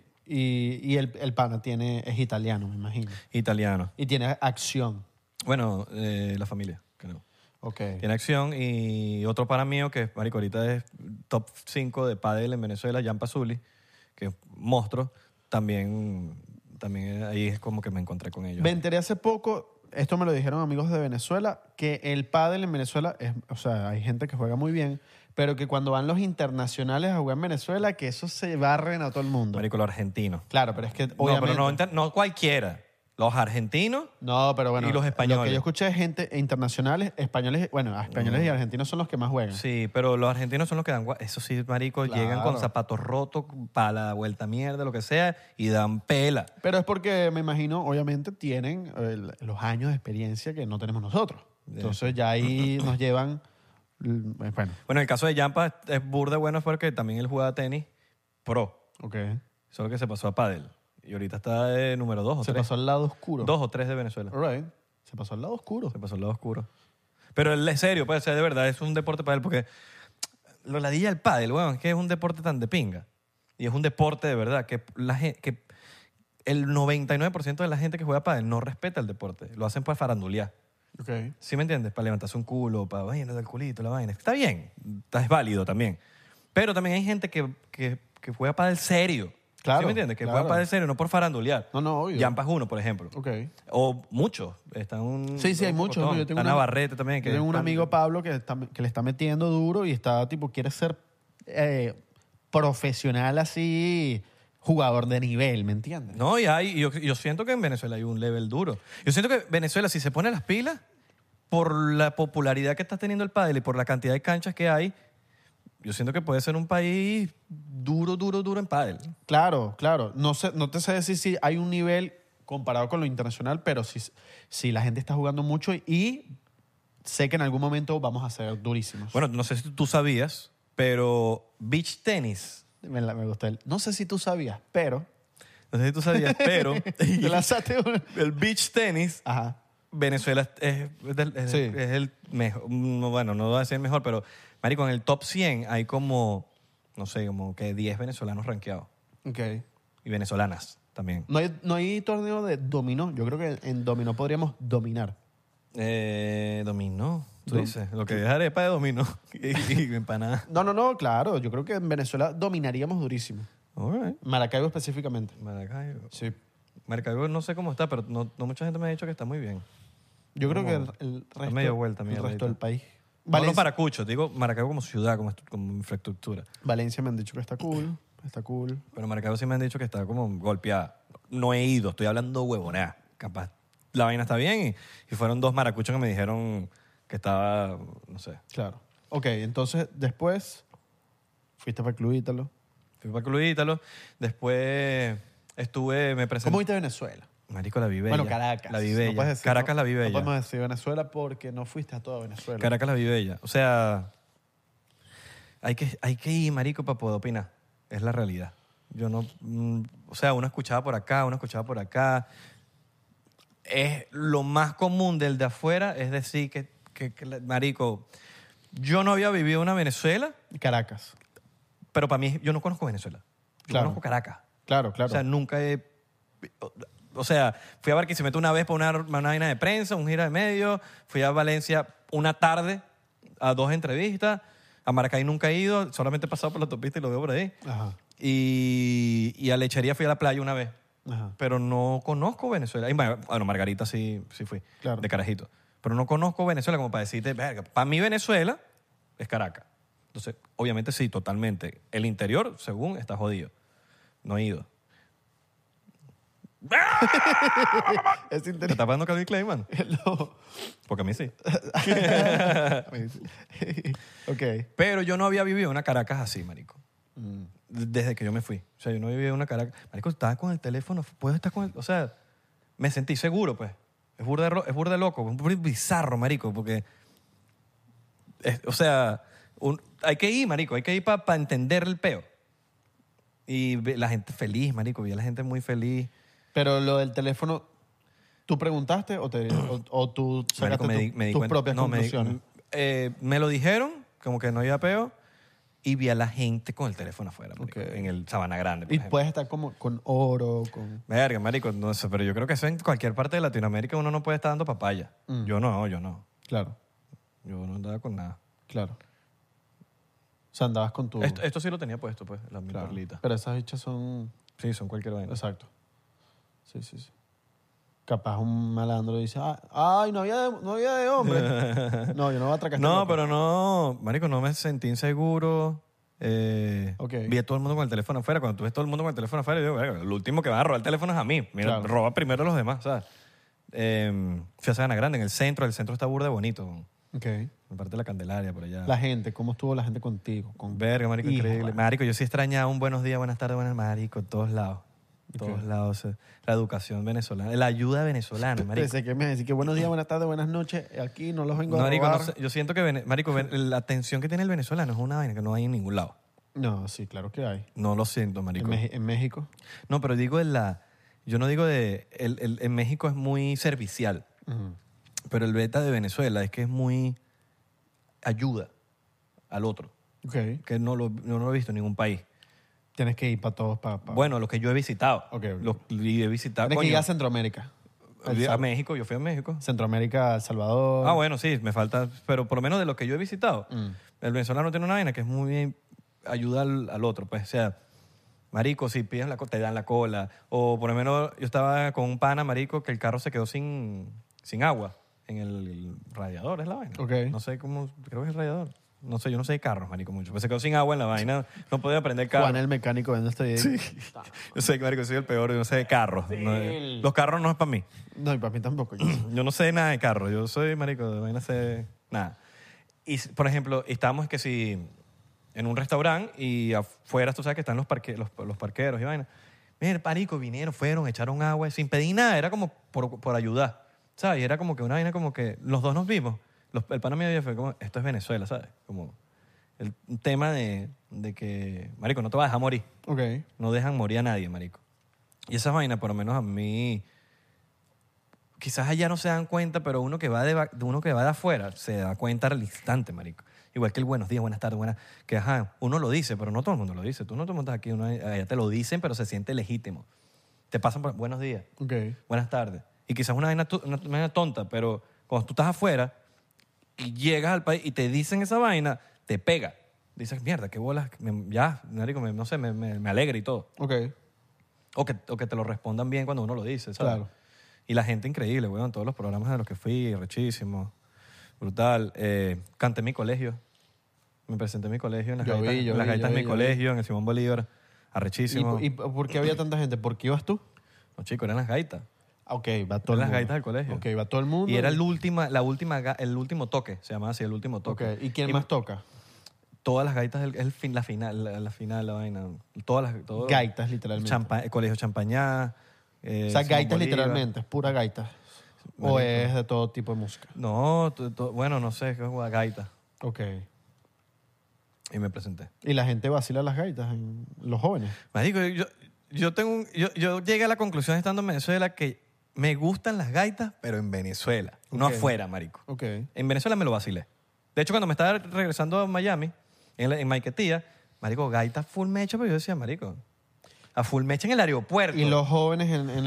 Y el pana es italiano, me imagino. Italiano. Y tiene acción. Bueno, la familia, creo. Ok. Tiene acción y otro pana mío que, marico, ahorita es top 5 de pádel en Venezuela, Jan Pasuli, que es monstruo, también ahí es como que me encontré con ellos. Me enteré hace poco, esto me lo dijeron amigos de Venezuela, que el pádel en Venezuela, o sea, hay gente que juega muy bien, pero que cuando van los internacionales a jugar en Venezuela, que eso se barren a todo el mundo. Marico, los argentinos. Claro, pero es que No, obviamente... pero no cualquiera. Los argentinos. No, pero bueno, Y los españoles. lo que yo escuché de gente internacionales, españoles y argentinos son los que más juegan. Sí, pero los argentinos son los que dan... Eso sí, marico, Claro. llegan con zapatos rotos para la vuelta mierda, lo que sea, y dan pela. Pero es porque, me imagino, obviamente tienen los años de experiencia que no tenemos nosotros. Entonces ya ahí nos llevan... Bueno, Bueno, en el caso de Yampa es burda bueno porque también él jugaba tenis pro. ok. Solo que se pasó a pádel. Y ahorita está de número 2 o Se 3. pasó al lado oscuro. 2 o 3 de Venezuela. All right. Se pasó al lado oscuro. Se pasó al lado oscuro. Pero él es serio, puede ser de verdad, es un deporte para él porque lo ladilla el pádel, weón, es que es un deporte tan de pinga. Y es un deporte de verdad que que el 99% de la gente que juega pádel no respeta el deporte. Lo hacen para farandulear. Ok. ¿Sí me entiendes? Para levantarse un culo, para vaina del culito, la vaina. Está bien, es válido también. Pero también hay gente que juega pádel serio. Claro, ¿Sí me entiendes? Que claro. juega pádel serio, no por farandulear. No, obvio. Yampa es uno, por ejemplo. Ok. O muchos. Sí, hay muchos. ¿no? Yo tengo Está Navarrete también. Yo tengo un amigo, Pablo, que le está metiendo duro y quiere ser profesional así, jugador de nivel, ¿me entiendes? No, yo siento que en Venezuela hay un level duro. Yo siento que Venezuela, si se pone las pilas, por la popularidad que está teniendo el pádel y por la cantidad de canchas que hay, yo siento que puede ser un país duro en pádel. Claro. No te sé decir si hay un nivel comparado con lo internacional, pero sí la gente está jugando mucho y sé que en algún momento vamos a ser durísimos. Bueno, no sé si tú sabías, pero beach tenis, Me gustó no sé si tú sabías, pero... no sé si tú sabías, pero Te lanzaste una... el beach tenis, Ajá. Venezuela Sí. es el mejor. Bueno, no voy a decir el mejor, pero, marico, en el top 100 hay como, no sé, como que 10 venezolanos rankeados. Ok. Y venezolanas también. No hay torneo de dominó. Yo creo que en dominó podríamos dominar. Dominó, tú dices. Lo que es arepa de dominó y empanada. No, claro. Yo creo que en Venezuela dominaríamos durísimo. All right. Maracaibo específicamente. Maracaibo. Sí. Maracaibo no sé cómo está, pero no mucha gente me ha dicho que está muy bien. Yo creo que Como- el está resto, medio vuelta, el mierda, resto ahorita. del país. No los Valencia, maracuchos, digo Maracaibo como ciudad, como infraestructura. Valencia me han dicho que está cool. Está cool. Pero Maracaibo sí me han dicho que está como golpeada. No he ido, estoy hablando huevonada. Capaz la vaina está bien y fueron 2 maracuchos que me dijeron que estaba, no sé. Claro. Ok, entonces después fuiste para el Club Ítalo. Fui para Club Ítalo, después me presenté. ¿Cómo viste Venezuela? Marico, la vi bella. Bueno, Caracas. La vi bella. No puedes decir- Caracas la vi No bella. podemos decir Venezuela porque no fuiste a toda Venezuela. Caracas la vi bella. O sea, hay que ir, marico, para poder opinar. Es la realidad. Yo no... o sea, uno escuchaba por acá, uno escuchaba por acá. Es lo más común del de afuera es decir marico, yo no había vivido una Venezuela, Caracas. pero para mí, yo no conozco Venezuela. Yo Claro. conozco Caracas. Claro. O sea, nunca he... O sea, fui a Barquisimeto una vez para una vaina de prensa, un gira de medio. Fui a Valencia una tarde a 2 entrevistas. A Maracay nunca he ido, solamente he pasado por la autopista y lo veo por ahí. Ajá. Y a Lechería fui a la playa una vez. Ajá. Pero no conozco Venezuela. Y bueno, Margarita sí fui, Claro. de carajito. Pero no conozco Venezuela como para decirte, verga, para mí Venezuela es Caracas. Entonces, obviamente sí, totalmente. El interior, según, está jodido. No he ido. Es ¿Te interesante. está pagando Calvin Klein, man? No. Porque a mí sí. Ok. Pero yo no había vivido una Caracas así, marico. Mm. Desde que yo me fui. O sea, yo no vivía una Caracas. Marico, estaba con el teléfono. Puedes estar con el... O sea, me sentí seguro, pues. Es burda de loco. Es burda bizarro, marico, porque... o sea, hay que ir, marico. Hay que ir para entender el peo. Y la gente feliz, marico. Vi a la gente muy feliz. Pero lo del teléfono, ¿tú preguntaste o tú sacaste Marico, me di tus cuenta. propias No, conclusiones? me lo dijeron, como que no había peo, y vi a la gente con el teléfono afuera, marico, Ok. en el Sabana Grande, por Y ejemplo. puedes estar como con oro, con... Verga, marico, no sé, pero yo creo que eso en cualquier parte de Latinoamérica uno no puede estar dando papaya. Mm. Yo no. Claro, Yo no andaba con nada. claro. O sea, andabas con tu... Esto sí lo tenía puesto, pues, las mil Claro. perlitas. Pero esas bichas son... Sí, son cualquier vaina. Exacto. Sí. Capaz un malandro dice, ay, no había de hombre. No, yo no voy a atracar a este No, loco. pero no, marico, no me sentí inseguro. Ok. Vi a todo el mundo con el teléfono afuera. Cuando tú ves todo el mundo con el teléfono afuera, yo digo, verga, el último que va a robar el teléfono es a mí. Mira, Claro. roba primero a los demás, ¿sabes? Fui a Sabana Grande, en el centro está burda de bonito. Ok. En parte de la Candelaria, por allá. La gente, ¿cómo estuvo la gente contigo? Verga, marico, Hijo, increíble. vale. Marico, yo sí extrañaba un buenos días, buenas tardes, buenas marico, en todos lados. Todos lados. La educación venezolana, la ayuda venezolana, marico. Pensé que me decía que buenos días, buenas tardes, buenas noches. Aquí no los vengo a Marico, robar. no sé, yo siento que, marico, la atención que tiene el venezolano es una vaina que no hay en ningún lado. No, sí, claro que hay. No lo siento, marico. En México. No, pero digo yo no digo en México es muy servicial, Ujú. pero el beta de Venezuela es que es muy ayuda al otro, Ok. que no lo he visto en ningún país. Tienes que ir para todos. Bueno, los que yo he visitado. Ok, ok. Y he visitado, Tienes que ir coño, a Centroamérica. a México, yo fui a México. Centroamérica, El Salvador. Ah, bueno, sí, me falta, pero por lo menos de lo que yo he visitado, el venezolano tiene una vaina que es muy ayuda al otro, pues, o sea, marico, si pides te dan la cola, o por lo menos yo estaba con un pana, marico, que el carro se quedó sin agua en el radiador, es la vaina. Ok. No sé cómo, creo que es el radiador. No sé, yo no sé de carros, marico, mucho. Pues se quedó sin agua en la vaina, no podía prender carro. Juan el mecánico viendo este video. Yo sé, marico, soy el peor, yo no sé de carros. Los carros no es para mí. No, y para mí tampoco. Yo no sé nada de carros. Yo soy, marico, de vaina sé nada. Y, por ejemplo, estábamos que si en un restaurante y afuera, tú sabes que están los parqueros y vaina. Mira, marico, vinieron, fueron, echaron agua sin pedir nada. Era como por ayudar, ¿sabes? Y era como que una vaina como que los dos nos vimos. El pana mío fue como, esto es Venezuela, ¿sabes? Como el tema de que, marico, no te vas a dejar morir. Ok. No dejan morir a nadie, marico. Y esas vainas, por lo menos a mí, quizás allá no se dan cuenta, pero uno que va de afuera se da cuenta al instante, marico. Igual que el buenos días, buenas tardes, que ajá, uno lo dice, pero no todo el mundo lo dice. Tú no te montas aquí, allá te lo dicen, pero se siente legítimo. Te pasan por buenos días, Ok. buenas tardes. Y quizás una vaina tonta, pero cuando tú estás afuera y llegas al país y te dicen esa vaina, te pega. Dices, mierda, qué bolas, ya, marico, no sé, me alegra y todo. Ok. O que te lo respondan bien cuando uno lo dice, ¿sabes? Claro. Y la gente increíble, weón, en todos los programas de los que fui, rechísimo, brutal. Canté en mi colegio, me presenté en mi colegio, en las Yo vi, gaitas, yo en las vi, gaitas yo de vi, mi yo colegio, en el Simón Bolívar, arrechísimo. ¿Y por qué había tanta gente? ¿Por qué ibas tú? No, chicos, eran las gaitas. Ok, va todo el Eran las mundo. gaitas del colegio. Ok, va todo el mundo. Y era el último toque, se llamaba así, el último toque. Ok, ¿y quién más toca? Todas las gaitas, la final, la vaina. Todas las... Gaitas, literalmente. El colegio Champañá. O sea, Simón gaitas Bolívar. literalmente, es pura gaita. ¿O es de todo tipo de música? No, bueno, no sé, es gaita. Ok. Y me presenté. ¿Y la gente vacila las gaitas? Los jóvenes. Marico, yo llegué a la conclusión estando en Venezuela que me gustan las gaitas, pero en Venezuela, no Ok. afuera, marico. Ok. En Venezuela me lo vacilé. De hecho, cuando me estaba regresando a Miami, en Maiquetía, marico, gaitas full mecha, pero yo decía, marico, a full mecha en el aeropuerto. ¿Y los jóvenes en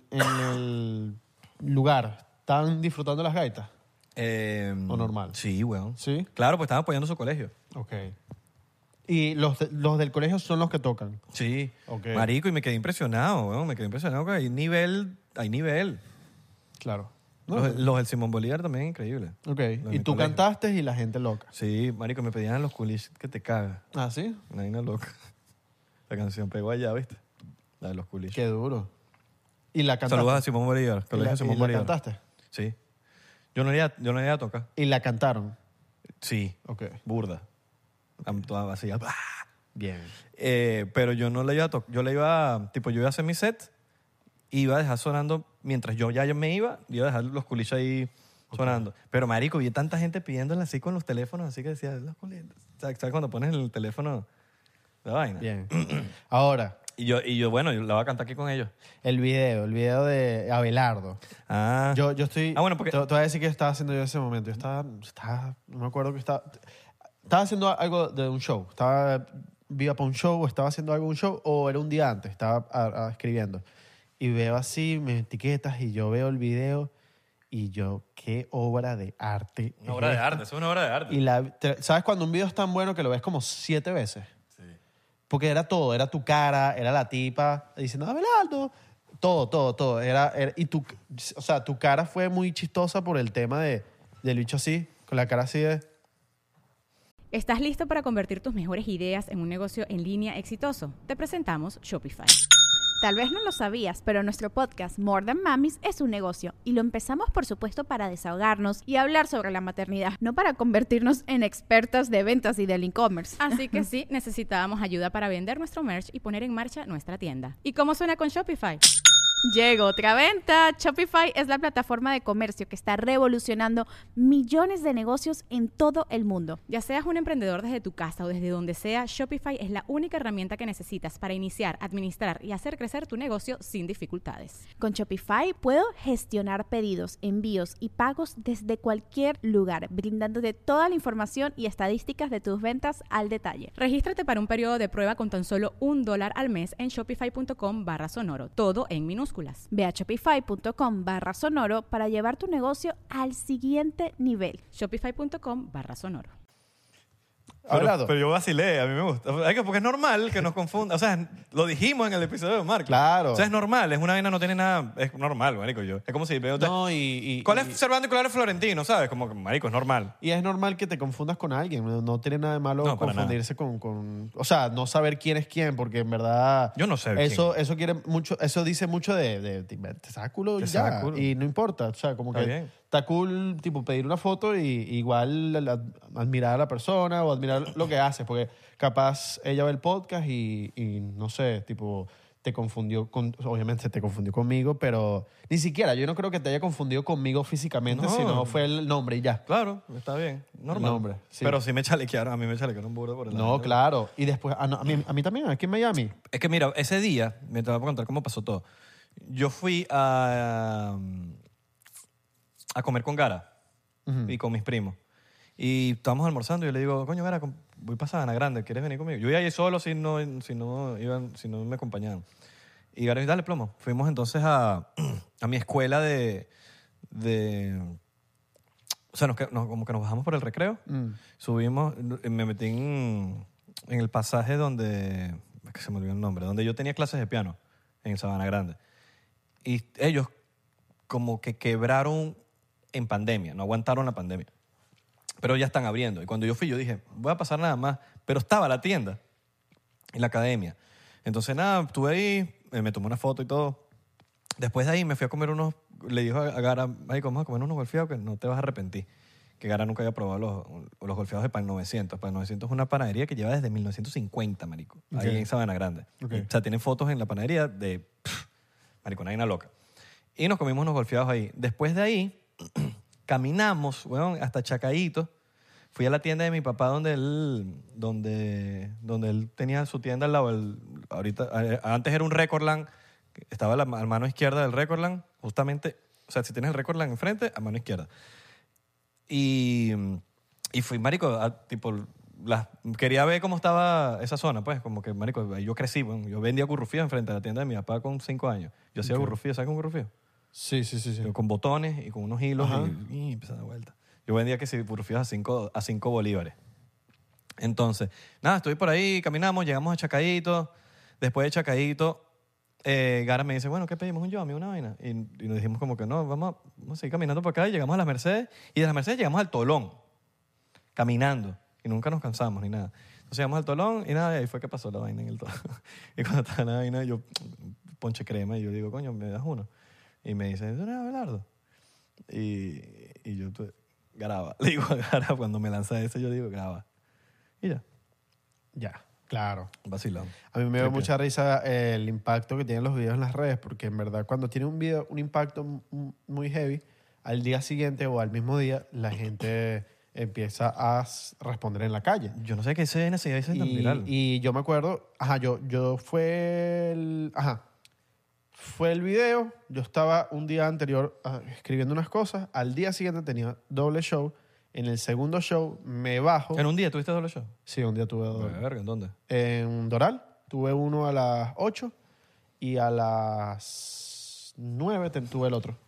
el lugar están disfrutando las gaitas? ¿O normal? Sí, weón. ¿Sí? Claro, pues estaban apoyando su colegio. Ok. ¿Y los del colegio son los que tocan? Sí. Ok. Marico, y me quedé impresionado, weón. Me quedé impresionado que hay nivel. Claro. No, Los del Simón Bolívar también, increíble. ok. Los Y del tú colegio. cantaste y la gente loca. Sí, marico, me pedían los culis que te cagas. ¿Ah, sí? Una vaina loca. La canción pegó allá, ¿viste? La de los culis. Qué duro. Y la cantaste. Saludos a Simón Bolívar. ¿Y la, Simón y la Bolívar. cantaste? Sí. Yo no iba a tocar. Y la cantaron. Sí. Ok. Burda. Toda así. Bien. Pero yo no le iba a tocar. Yo iba a hacer mi set, iba a dejar sonando, mientras yo me iba a dejar los culichos ahí sonando. Pero, marico, vi tanta gente pidiéndole así con los teléfonos, así que decía, los culichos. ¿Sabes cuando pones el teléfono, la vaina? Bien. Ahora, Y yo, bueno, yo la voy a cantar aquí con ellos. el video de Abelardo. Ah. Yo estoy... Ah, bueno, porque... Te voy a decir qué estaba haciendo yo en ese momento. Yo estaba no me acuerdo que estaba haciendo algo de un show. Iba para un show, o estaba haciendo algo de un show, o era un día antes, estaba escribiendo. Y veo así, me etiquetas, y yo veo el video, y yo, qué obra de arte. Una obra de arte, eso es una obra de arte. Y ¿sabes cuando un video es tan bueno que lo ves como 7 veces? Sí. Porque era todo, era tu cara, era la tipa diciendo, Abelardo, todo. Y tu cara fue muy chistosa por el tema del bicho así, con la cara así de... ¿Estás listo para convertir tus mejores ideas en un negocio en línea exitoso? Te presentamos Shopify. Tal vez no lo sabías, pero nuestro podcast More Than Mamis es un negocio y lo empezamos por supuesto para desahogarnos y hablar sobre la maternidad, no para convertirnos en expertas de ventas y del e-commerce. Así que sí, necesitábamos ayuda para vender nuestro merch y poner en marcha nuestra tienda. ¿Y cómo suena con Shopify? Llegó otra venta. Shopify es la plataforma de comercio que está revolucionando millones de negocios en todo el mundo. Ya seas un emprendedor desde tu casa o desde donde sea, Shopify es la única herramienta que necesitas para iniciar, administrar y hacer crecer tu negocio sin dificultades. Con Shopify puedo gestionar pedidos, envíos y pagos desde cualquier lugar, brindándote toda la información y estadísticas de tus ventas al detalle. Regístrate para un periodo de prueba con tan solo $1 al mes en shopify.com/sonoro, todo en minúsculas. Ve a shopify.com/sonoro para llevar tu negocio al siguiente nivel. Shopify.com/sonoro. Pero yo vacilé, a mí me gusta. Es que porque es normal que nos confunda. O sea, lo dijimos en el episodio de Marco. Claro. O sea, es normal, es una vaina, no tiene nada. Es normal, marico. Es como si veo. No, ¿Cuál es Servando y cuál es Florentino? ¿Sabes? Como que, marico, es normal. Y es normal que te confundas con alguien. No tiene nada de malo No, para confundirse con... O sea, no saber quién es quién, porque en verdad... Yo no sé Eso quiere mucho... Eso dice mucho de te saca culo y Te ya. saca culo. Y no importa. O sea, como Está que bien. está cool, tipo, pedir una foto y igual admirar a la persona o admirar lo que hace. Porque capaz ella ve el podcast y no sé, tipo... te confundió obviamente te confundió conmigo, pero ni siquiera, yo no creo que te haya confundido conmigo físicamente, No. sino fue el nombre y ya. Claro, está bien. Normal. El nombre, sí. Pero sí me chalequearon, a mí me chalequeron burdo por el No, lado. claro. Y después, a mí también, aquí en Miami. Es que mira, ese día, me te voy a contar cómo pasó todo. Yo fui a comer con Gara y con mis primos. Y estábamos almorzando y yo le digo, coño, Gara, voy para Sabana Grande, ¿quieres venir conmigo? Yo iba a ir solo si no me acompañaban. Y Gara, dale plomo. Fuimos entonces a mi escuela o sea, como que nos bajamos por el recreo, subimos, me metí en el pasaje donde, es que se me olvidó el nombre, donde yo tenía clases de piano en Sabana Grande. Y ellos como que quebraron en pandemia, no aguantaron la pandemia. Pero ya están abriendo. Y cuando yo fui, yo dije, voy a pasar nada más. Pero estaba la tienda en la academia. Entonces, nada, estuve ahí, me tomé una foto y todo. Después de ahí me fui a comer le dijo a Gara, ay, vamos a comer unos golfeados que no te vas a arrepentir. Que Gara nunca había probado los golfeados de Pan 900. Pan 900 es una panadería que lleva desde 1950, marico. Okay. Ahí en Sabana Grande. Okay. O sea, tienen fotos en la panadería de, marico, una vaina loca. Y nos comimos unos golfeados ahí. Después de ahí, caminamos, weón, hasta Chacaíto. Fui a la tienda de mi papá donde él tenía su tienda al lado. Antes era un Recordland, estaba a la mano izquierda del Recordland, justamente, o sea, si tienes el Recordland enfrente, a mano izquierda. Y fui, marico, quería ver cómo estaba esa zona, pues, como que, marico, yo crecí, bueno, yo vendía gurrufíos enfrente de la tienda de mi papá con 5 años. Yo hacía gurrufíos, ¿sabes qué es un gurrufío? Sí. Con botones y con unos hilos y empezaba de vuelta. Yo vendía que si gurrufíos a 5 bolívares. Entonces, nada, estoy por ahí, caminamos, llegamos a Chacaíto. Después de Chacaíto, Gara me dice, bueno, ¿qué pedimos? Un Yomi, una vaina. Y nos dijimos como que no, vamos a seguir caminando por acá. Y llegamos a las Mercedes. Y de las Mercedes llegamos al Tolón, caminando. Y nunca nos cansamos ni nada. Entonces llegamos al Tolón y nada, y ahí fue que pasó la vaina en el Tolón. Y cuando estaba la vaina, yo ponche crema y yo digo, coño, ¿me das uno? Y me dice, ¿tú eres Abelardo? Y yo, graba. Le digo, graba. Cuando me lanza ese, yo digo, graba. Y ya, Ya, claro. vacilón. A mí me dio Triple. mucha risa el impacto que tienen los videos en las redes, porque en verdad cuando tiene un video, un impacto muy heavy, al día siguiente o al mismo día, la gente empieza a responder en la calle. Yo no sé qué se necesidad de ser tan viral. Y yo me acuerdo, yo fue el video, yo estaba un día anterior escribiendo unas cosas, al día siguiente tenía doble show, en el segundo show me bajo. ¿En un día tuviste doble show? Sí, un día tuve doble. Verga, ¿en dónde? En Doral, tuve uno a las 8 y a las 9 tuve el otro.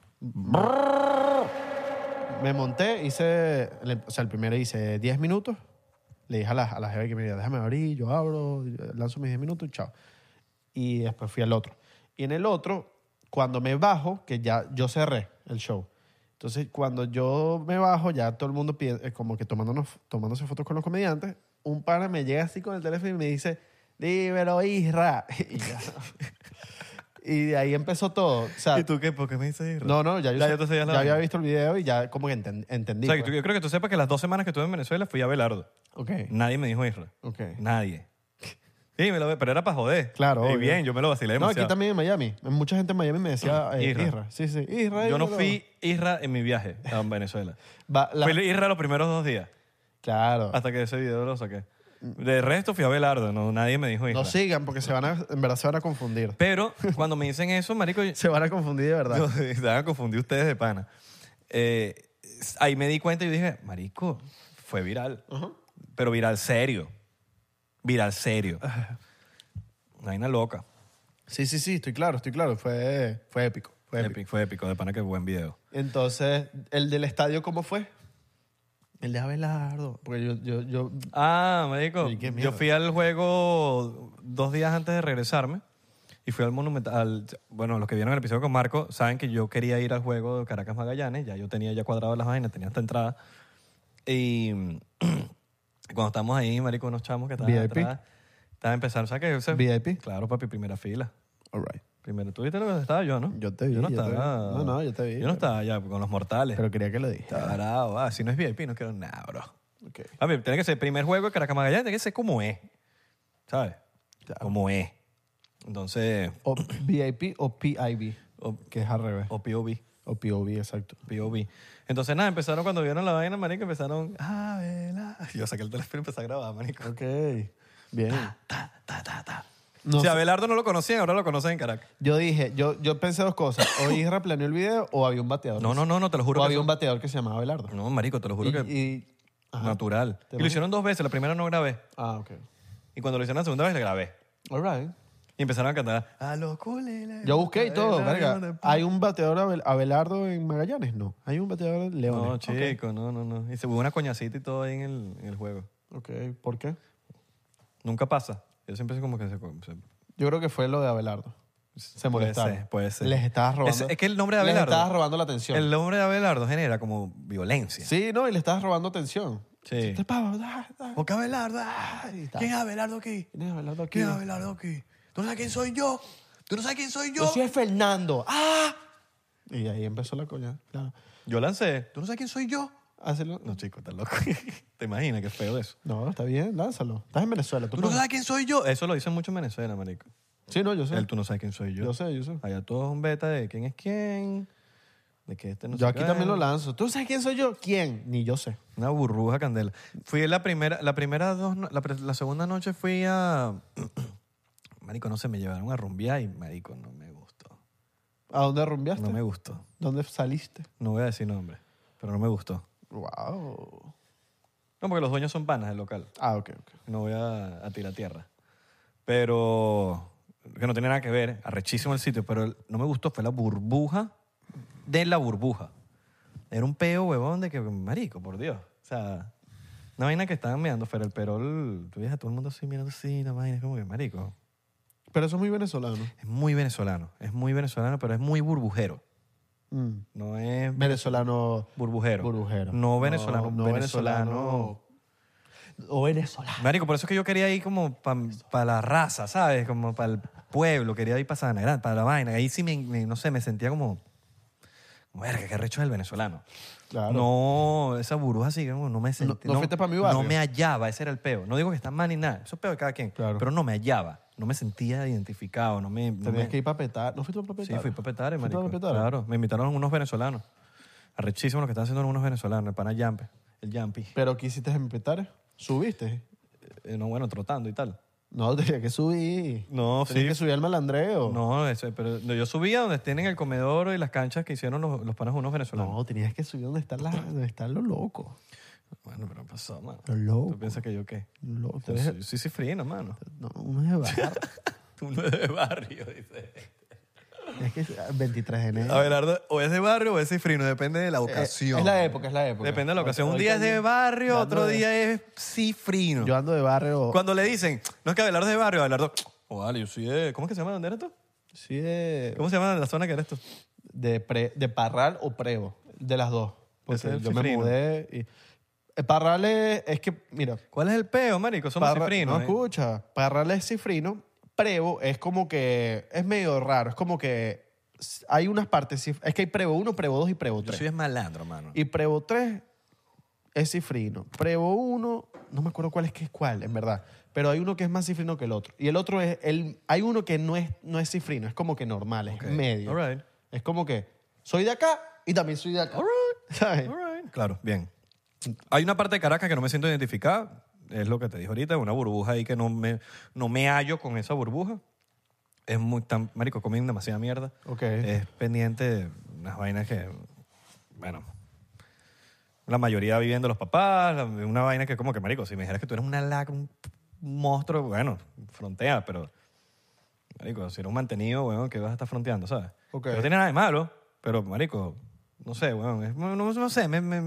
Me monté, el primero hice 10 minutos. Le dije a la jefe que me diga, déjame abrir, yo abro, lanzo mis 10 minutos y chao. Y después fui al otro. Y en el otro, cuando me bajo, que ya yo cerré el show. Entonces, cuando yo me bajo, ya todo el mundo como que tomándose fotos con los comediantes. Un pana me llega así con el teléfono y me dice, dímelo, Isra. Y ya. Y de ahí empezó todo. O sea, ¿Y tú qué? ¿Por qué me dices Isra? no, ya Ya te sabías la ya había vaina. visto el video y ya como que entendí. O sea, pues. yo creo que tú sepas que las 2 semanas que estuve en Venezuela fui a Abelardo. Ok, Nadie me dijo Isra. ok. Nadie. Sí, pero era para joder. Claro, Y obvio. bien, yo me lo vacilé No, demasiado. aquí también en Miami. Mucha gente en Miami me decía Isra. Isra. Sí, sí. Isra. Yo no dímelo. fui Isra en mi viaje a Venezuela. Fui Fui Isra los primeros 2 días, Claro. hasta que ese video lo saqué. De resto fui a Abelardo, no, nadie me dijo Isra. No sigan porque en verdad se van a confundir. Pero cuando me dicen eso, marico, Se van a confundir de verdad. se van a confundir ustedes de pana. Ahí me di cuenta y dije, marico, fue viral. Pero viral serio. Viral serio. Una vaina loca. Sí, estoy claro. Fue épico. Fue épico, de pana que buen video. Entonces, ¿el del estadio cómo fue? El de Abelardo. Porque yo Ah, marico, Uy, qué miedo. yo fui al juego 2 días antes de regresarme y fui al Monumental. Bueno, los que vieron el episodio con Marco saben que yo quería ir al juego de Caracas Magallanes, ya yo tenía ya cuadrado las vainas, tenía esta entrada. Y cuando estábamos ahí, marico, unos chamos que estaban VIP. atrás, estaban empezando, ¿sabes qué? VIP. Claro, papi, primera fila. All right. Primero, tú viste lo que estaba yo, ¿no? Yo te vi, Yo no yo te estaba. vi. No, yo te vi, Yo no pero- estaba ya con los mortales. Pero quería que lo dijiste. Estaba bravo. Si no es VIP, no quiero nada, bro. Ok. A ver, tiene que ser el primer juego de Caracas Magallanes, tiene que ser como es. ¿Sabes? Claro. Como es. Entonces, O VIP o PIV, o, que es al revés. o POV. O POV, exacto. POV. Entonces, nada, empezaron cuando vieron la vaina, marico, empezaron, vela. Yo saqué el teléfono y empecé a grabar, marico. Ok. Bien. No No si sé. a Abelardo no lo conocían, ahora lo conocen en Caracas. Yo dije, yo pensé dos cosas. O Isra planeó el video o había un bateador. No, te lo juro O que había eso- un bateador que se llamaba Abelardo. No, marico, te lo juro que Ajá. natural. ¿Te Y lo hicieron 2 veces, la primera no grabé. Ah, ok. Y cuando lo hicieron la segunda vez, le grabé. All right. Y empezaron a cantar, a los culeles. Yo busqué y todo, Abelardo verga. de- ¿Hay un bateador Abelardo en Magallanes? No. ¿Hay un bateador Leones? No, Ok. chico, no. Y se hubo una coñacita y todo ahí en el juego. Ok. ¿Por qué? Nunca pasa. Yo siempre soy como que se Yo creo que fue lo de Abelardo. Se molestaron. Puede ser. Les estabas robando. Es que el nombre de Les Abelardo. estabas robando la atención. El nombre de Abelardo genera como violencia. Sí, no, y le estabas robando atención. Sí. Te pavo, da. Porque Abelardo. Ahí está. ¿Quién es Abelardo aquí? ¿Quién es Abelardo aquí? ¿Quién es Abelardo aquí? ¿Tú no sabes quién soy yo? ¿Tú no sabes quién soy yo? Yo soy Fernando. ¡Ah! Y ahí empezó la coña. Claro. Yo lancé. ¿Tú no sabes quién soy yo? Hácelo. No, chico, estás loco. ¿Te imaginas qué feo eso? No, está bien, lánzalo. Estás en Venezuela. ¿Tú no sabes quién soy yo? Eso lo dicen mucho en Venezuela, marico. Sí, no, yo sé. El tú no sabes quién soy yo. Yo sé. Allá todo es un beta de quién es quién, de que este no Yo sé aquí qué. también lo lanzo. ¿Tú sabes quién soy yo? ¿Quién? Ni yo sé. Una burbuja candela. Fui la primera 2, la segunda noche fui a... Marico, no sé, me llevaron a rumbear y, marico, no me gustó. ¿A dónde rumbeaste? No me gustó. ¿Dónde saliste? No voy a decir nombre, pero no me gustó. Wow. No, porque los dueños son panas del local. Ah, ok. No voy a tirar tierra. Pero... Que no tiene nada que ver. Arrechísimo el sitio, pero no me gustó. Fue la burbuja de la burbuja. Era un peo, huevón, de que... Marico, por Dios. O sea... Una vaina que estaban mirando, pero el perol... Tú ves a todo el mundo así mirando así, la vaina. Es como que, marico... Pero eso es muy venezolano. Es muy venezolano, pero es muy burbujero. Mm. No es Venezolano burbujero. burbujero. No venezolano, No venezolano. O venezolano. Marico, por eso es que yo quería ir como para la raza, ¿sabes? Como para pueblo, quería ir para Sabana Grande, para la vaina. Ahí sí no sé, me sentía como, verga, qué recho es el venezolano. Claro. No, esa burbuja así, no me sentía. no fuiste pa' mi barrio. No me hallaba, ese era el peo. No digo que está mal ni nada, eso es peo de cada quien. Claro. Pero no me hallaba, no me sentía identificado, Tenías que ir para petar. ¿No fuiste para petar? Sí, fui para Petare, ¿Fuiste marico. pa' Petare? Claro, me invitaron unos venezolanos. Arrechísimo lo que están haciendo algunos venezolanos, el pana Yampe, el Yampi. ¿Pero qué hiciste en petar? ¿Subiste? No, bueno, trotando y tal. No, tenía que subir. No, Tenías sí. que subir al malandreo. No, pero yo subía donde tienen el comedor y las canchas que hicieron los panas unos venezolanos. No, tenías que subir donde están los locos. Bueno, pero pasó, mano. Los locos. ¿Tú piensas que yo qué? Los locos. Yo soy cifrino, mano. No, uno es de barrio. Tú no eres de barrio, dice. Es que es 23 de enero. Abelardo, o es de barrio o es cifrino, depende de la ocasión. Es la época. Depende de la ocasión. Un día es Ahorita de barrio, yo otro ando de- día es cifrino. Yo ando de barrio. Cuando le dicen, no es que Abelardo es de barrio, Abelardo, vale, yo soy de... ¿Cómo es que se llama? ¿Dónde eres tú? Sí, de ¿Cómo se llama la zona que eres tú? de Parral o Prevo. De las dos. Ese es Porque el yo me cifrino. mudé y... Parral es que, mira... ¿Cuál es el peo, marico? Somos cifrinos. No, escucha. Parral es cifrino. Prevo es como que... Es medio raro. Es como que... Hay unas partes... Es que hay Prevo 1, Prevo 2 y Prevo Yo 3. soy malandro, mano. Y Prevo 3 es cifrino. Prevo 1, no me acuerdo cuál es que es cuál, en verdad. Pero hay uno que es más cifrino que el otro. Y el otro es... Hay uno que no es cifrino, es como que normal, es Ok. medio. All right. Es como que soy de acá y también soy de acá. ¿Sabes? All right. Claro, bien. Hay una parte de Caracas que no me siento identificada. Es lo que te dije ahorita, una burbuja ahí que no me hallo con esa burbuja. Es muy tan... Marico, comí demasiada mierda. Ok. Es pendiente de unas vainas que... Bueno... La mayoría viviendo los papás, una vaina que como que, marico, si me dijeras que tú eres una lacra, un monstruo, bueno, frontea, pero, marico, si eres un mantenido, bueno, ¿qué vas a estar fronteando, sabes? Ok. Que no tiene nada de malo, pero, marico, no sé, bueno, no sé,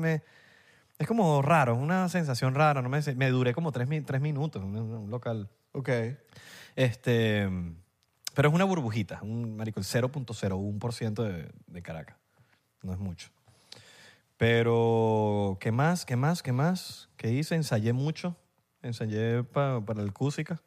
es como raro, es una sensación rara, me duré como 3 minutos en un local. Ok. Pero es una burbujita, marico, el 0.01% de Caracas, no es mucho. Pero, ¿qué más? ¿Qué hice? Ensayé mucho. Ensayé para el Cúsica.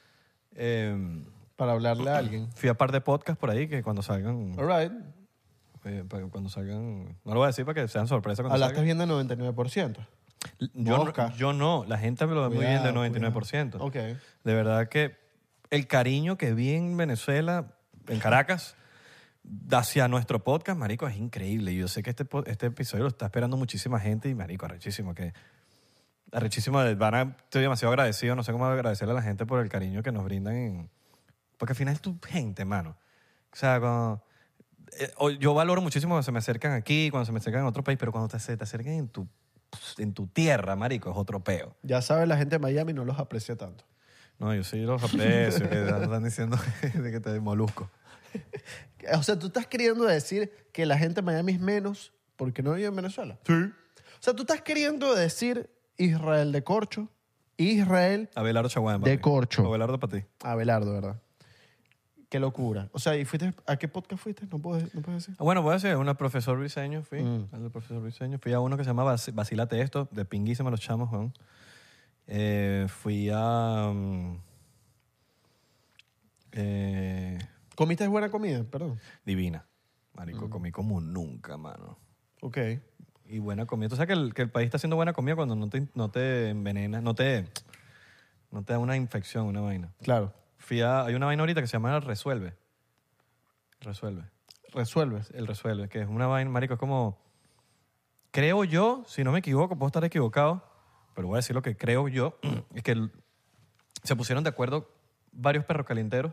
Para hablarle a alguien. Fui a par de podcasts por ahí que cuando salgan... All right. cuando salgan... No lo voy a decir para que sean sorpresa cuando Hablaste salgan. bien del 99%. Yo Mosca. no. La gente me lo ve muy bien del Cuidado, 99%. Ok. De verdad que el cariño que vi en Venezuela, en Caracas... hacia nuestro podcast, marico, es increíble. Y yo sé que este episodio lo está esperando muchísima gente y, marico, arrechísimo. Estoy demasiado agradecido. No sé cómo agradecerle a la gente por el cariño que nos brindan. Porque al final es tu gente, mano. O sea, yo valoro muchísimo cuando se me acercan aquí, cuando se me acercan en otro país, pero cuando te acercan en tu tierra, marico, es otro peo. Ya sabes, la gente de Miami no los aprecia tanto. No, yo sí los aprecio, que están diciendo de que te molusco. O sea, tú estás queriendo decir que la gente de Miami es menos porque no vive en Venezuela. Sí. O sea, tú estás queriendo decir Israel de Corcho, Israel Abelardo Chaguán. de papi. Corcho. Abelardo para ti. Abelardo, ¿verdad? Qué locura. O sea, ¿y a qué podcast fuiste? No puedes decir. Bueno, voy a decir, una profesor Briseño fui. Mm. Al profesor Briseño. Fui a uno que se llama Vacílate Esto, de pinguísima los chamos, weón. Fui a... ¿Comiste buena comida? Perdón. Divina. Marico, comí como nunca, mano. Ok. Y buena comida. Tú sabes que el país está haciendo buena comida cuando no te envenena, no te da una infección, una vaina. Claro. Hay una vaina ahorita que se llama Resuelve. Resuelves. El Resuelve, que es una vaina, marico, es como... Creo yo, si no me equivoco, puedo estar equivocado, pero voy a decir lo que creo yo, es que se pusieron de acuerdo varios perros calienteros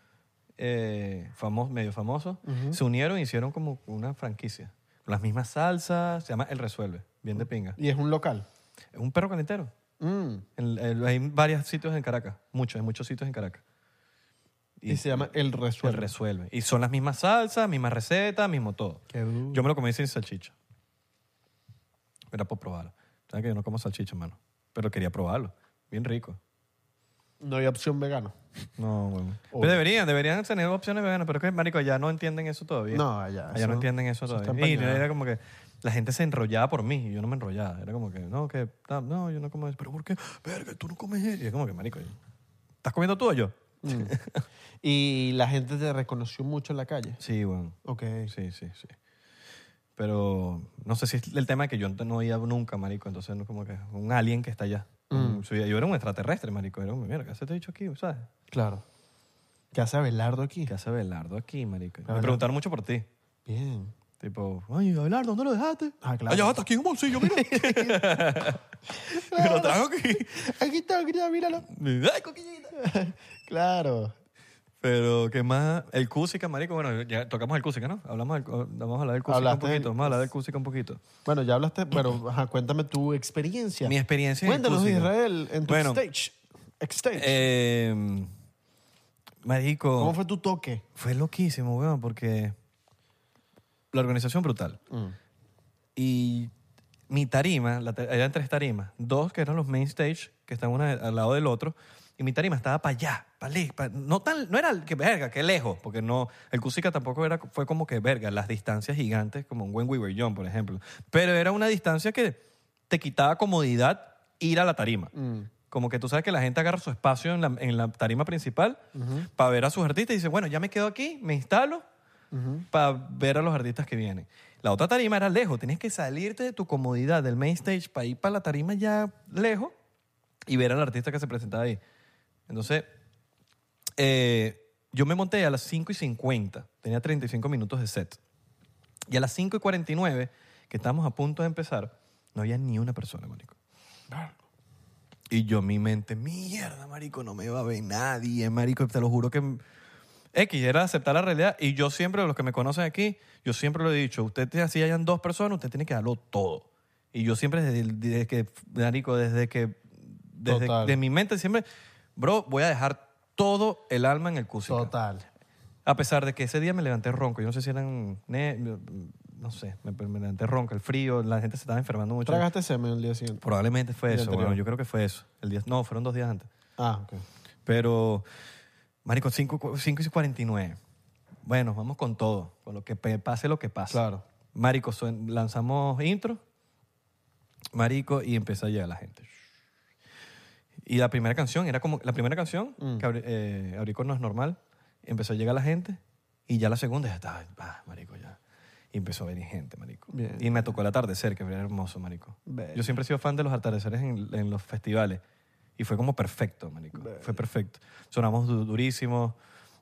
medio famosos, se unieron e hicieron como una franquicia. Con las mismas salsas, se llama El Resuelve, bien de pinga. Y es un local. Es un perro calentero. Hay varios sitios en Caracas, hay muchos sitios en Caracas. Y se llama El Resuelve. El Resuelve. Y son las mismas salsas, mismas recetas, mismo todo. Qué duro. Yo me lo comí sin salchicha. Era por probarlo. ¿Sabes que yo no como salchicha, mano? Pero quería probarlo. Bien rico. No hay opción vegana. No, bueno. Obvio. Pero deberían tener opciones veganas, pero es que, marico, allá no entienden eso todavía. No, allá. Allá no entienden eso está todavía. Y empañado. era como que la gente se enrollaba por mí y yo no me enrollaba. Era como que, no, yo no como eso. ¿Pero por qué? Verga, tú no comes eso. Y es como que, marico, ¿estás comiendo tú o yo? Y la gente te reconoció mucho en la calle. Sí, bueno. Ok. Sí. Pero no sé si es el tema de que yo no he ido nunca, marico. Entonces no es como que un alien que está allá. Yo era un extraterrestre, marico. Era un, mira, ¿qué hace te he dicho aquí? ¿Sabes? Claro. ¿Qué hace Abelardo aquí? ¿Qué hace Belardo aquí, marico? Me Abelardo. preguntaron mucho por ti. Bien. Tipo, ay, Abelardo, ¿dónde lo dejaste? Ah, claro. Allá está aquí en un bolsillo, mira. Me lo trajo aquí. Aquí está, míralo. Ay, coquillita. Claro. Pero, ¿qué más? El Cusica, marico. Bueno, ya tocamos el Cusica, ¿no? Vamos a hablar del Cusica un Hablaste poquito. del- Vamos a hablar del Cusica un poquito. Bueno, ya hablaste, pero ajá, cuéntame tu experiencia. Mi experiencia en el Cuéntanos, Cusica. Israel, en tu Bueno, stage. Marico, ¿Cómo fue tu toque? fue loquísimo, weón, porque la organización brutal. Y mi tarima, eran 3 tarimas, 2 que eran los main stage, que están una al lado del otro, y mi tarima estaba para allá, no era que verga, que lejos, porque no, el Cusica tampoco fue como que verga, las distancias gigantes, como un When We Were Young, por ejemplo, pero era una distancia que te quitaba comodidad ir a la tarima. Como que tú sabes que la gente agarra su espacio en la tarima principal para ver a sus artistas y dice, bueno, ya me quedo aquí, me instalo para ver a los artistas que vienen. La otra tarima era lejos, tenías que salirte de tu comodidad del main stage para ir para la tarima ya lejos y ver al artista que se presentaba ahí. Entonces, yo me monté a las 5:50, tenía 35 minutos de set. Y a las 5:49, que estábamos a punto de empezar, no había ni una persona, marico. Y yo en mi mente, mierda, marico, no me va a ver nadie, marico, te lo juro que... X, era aceptar la realidad. Y yo siempre, los que me conocen aquí, yo siempre lo he dicho, usted, si hayan 2 personas, usted tiene que darlo todo. Y yo siempre, desde que, marico, Total. de mi mente siempre, bro, voy a dejar todo el alma en el Cusica. Total. A pesar de que ese día me levanté ronco. Yo no sé si eran... no sé, me levanté ronco, el frío, la gente se estaba enfermando mucho. ¿Tragaste semen el día siguiente? Probablemente fue El día eso, anterior. bueno, yo creo que fue eso. No, fueron 2 días antes. Ah, ok. Pero, marico, 5:49. Bueno, vamos con todo, con lo que pase lo que pase. Claro. Marico, lanzamos intro, marico, y empezó a llegar la gente. Y la primera canción, que abrí con No Es Normal, empezó a llegar la gente, y ya la segunda ya estaba, marico, ya. Y empezó a venir gente, marico. Bien. Y me tocó el atardecer, que era hermoso, marico. Bello. Yo siempre he sido fan de los atardeceres en los festivales. Y fue como perfecto, marico. Fue perfecto. Sonamos durísimos.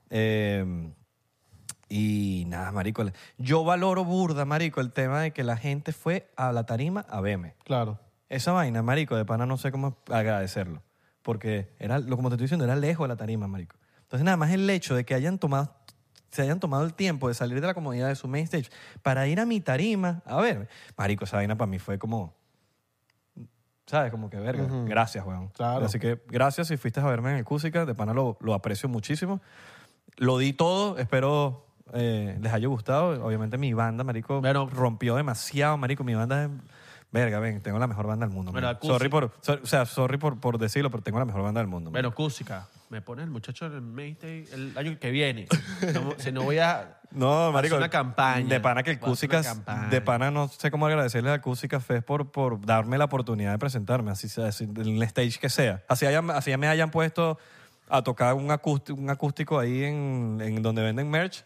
Y nada, marico. Yo valoro burda, marico, el tema de que la gente fue a la tarima a verme. Claro. Esa vaina, marico, de pana no sé cómo agradecerlo. Porque como te estoy diciendo, era lejos de la tarima, marico. Entonces nada más el hecho de que se hayan tomado el tiempo de salir de la comodidad de su main stage para ir a mi tarima a verme. Marico, esa vaina para mí fue como... ¿Sabes? Como que verga. Gracias, weón. Claro. Así que gracias si fuiste a verme en el Cusica. De pana lo aprecio muchísimo. Lo di todo. Espero les haya gustado. Obviamente mi banda, marico, Bueno. rompió demasiado, marico. Mi banda es... Verga, tengo la mejor banda del mundo. Bueno, man. Cusica. Sorry por decirlo, pero tengo la mejor banda del mundo. man. Bueno, Cusica, me pone el muchacho en el main stage el año que viene. Si no voy a... No, marico. una campaña. De pana que el Voy a hacer Cusica... una campaña. De pana no sé cómo agradecerle a Cusica Fest por darme la oportunidad de presentarme, así sea, en el stage que sea. Así ya me hayan puesto a tocar un acústico ahí en donde venden merch.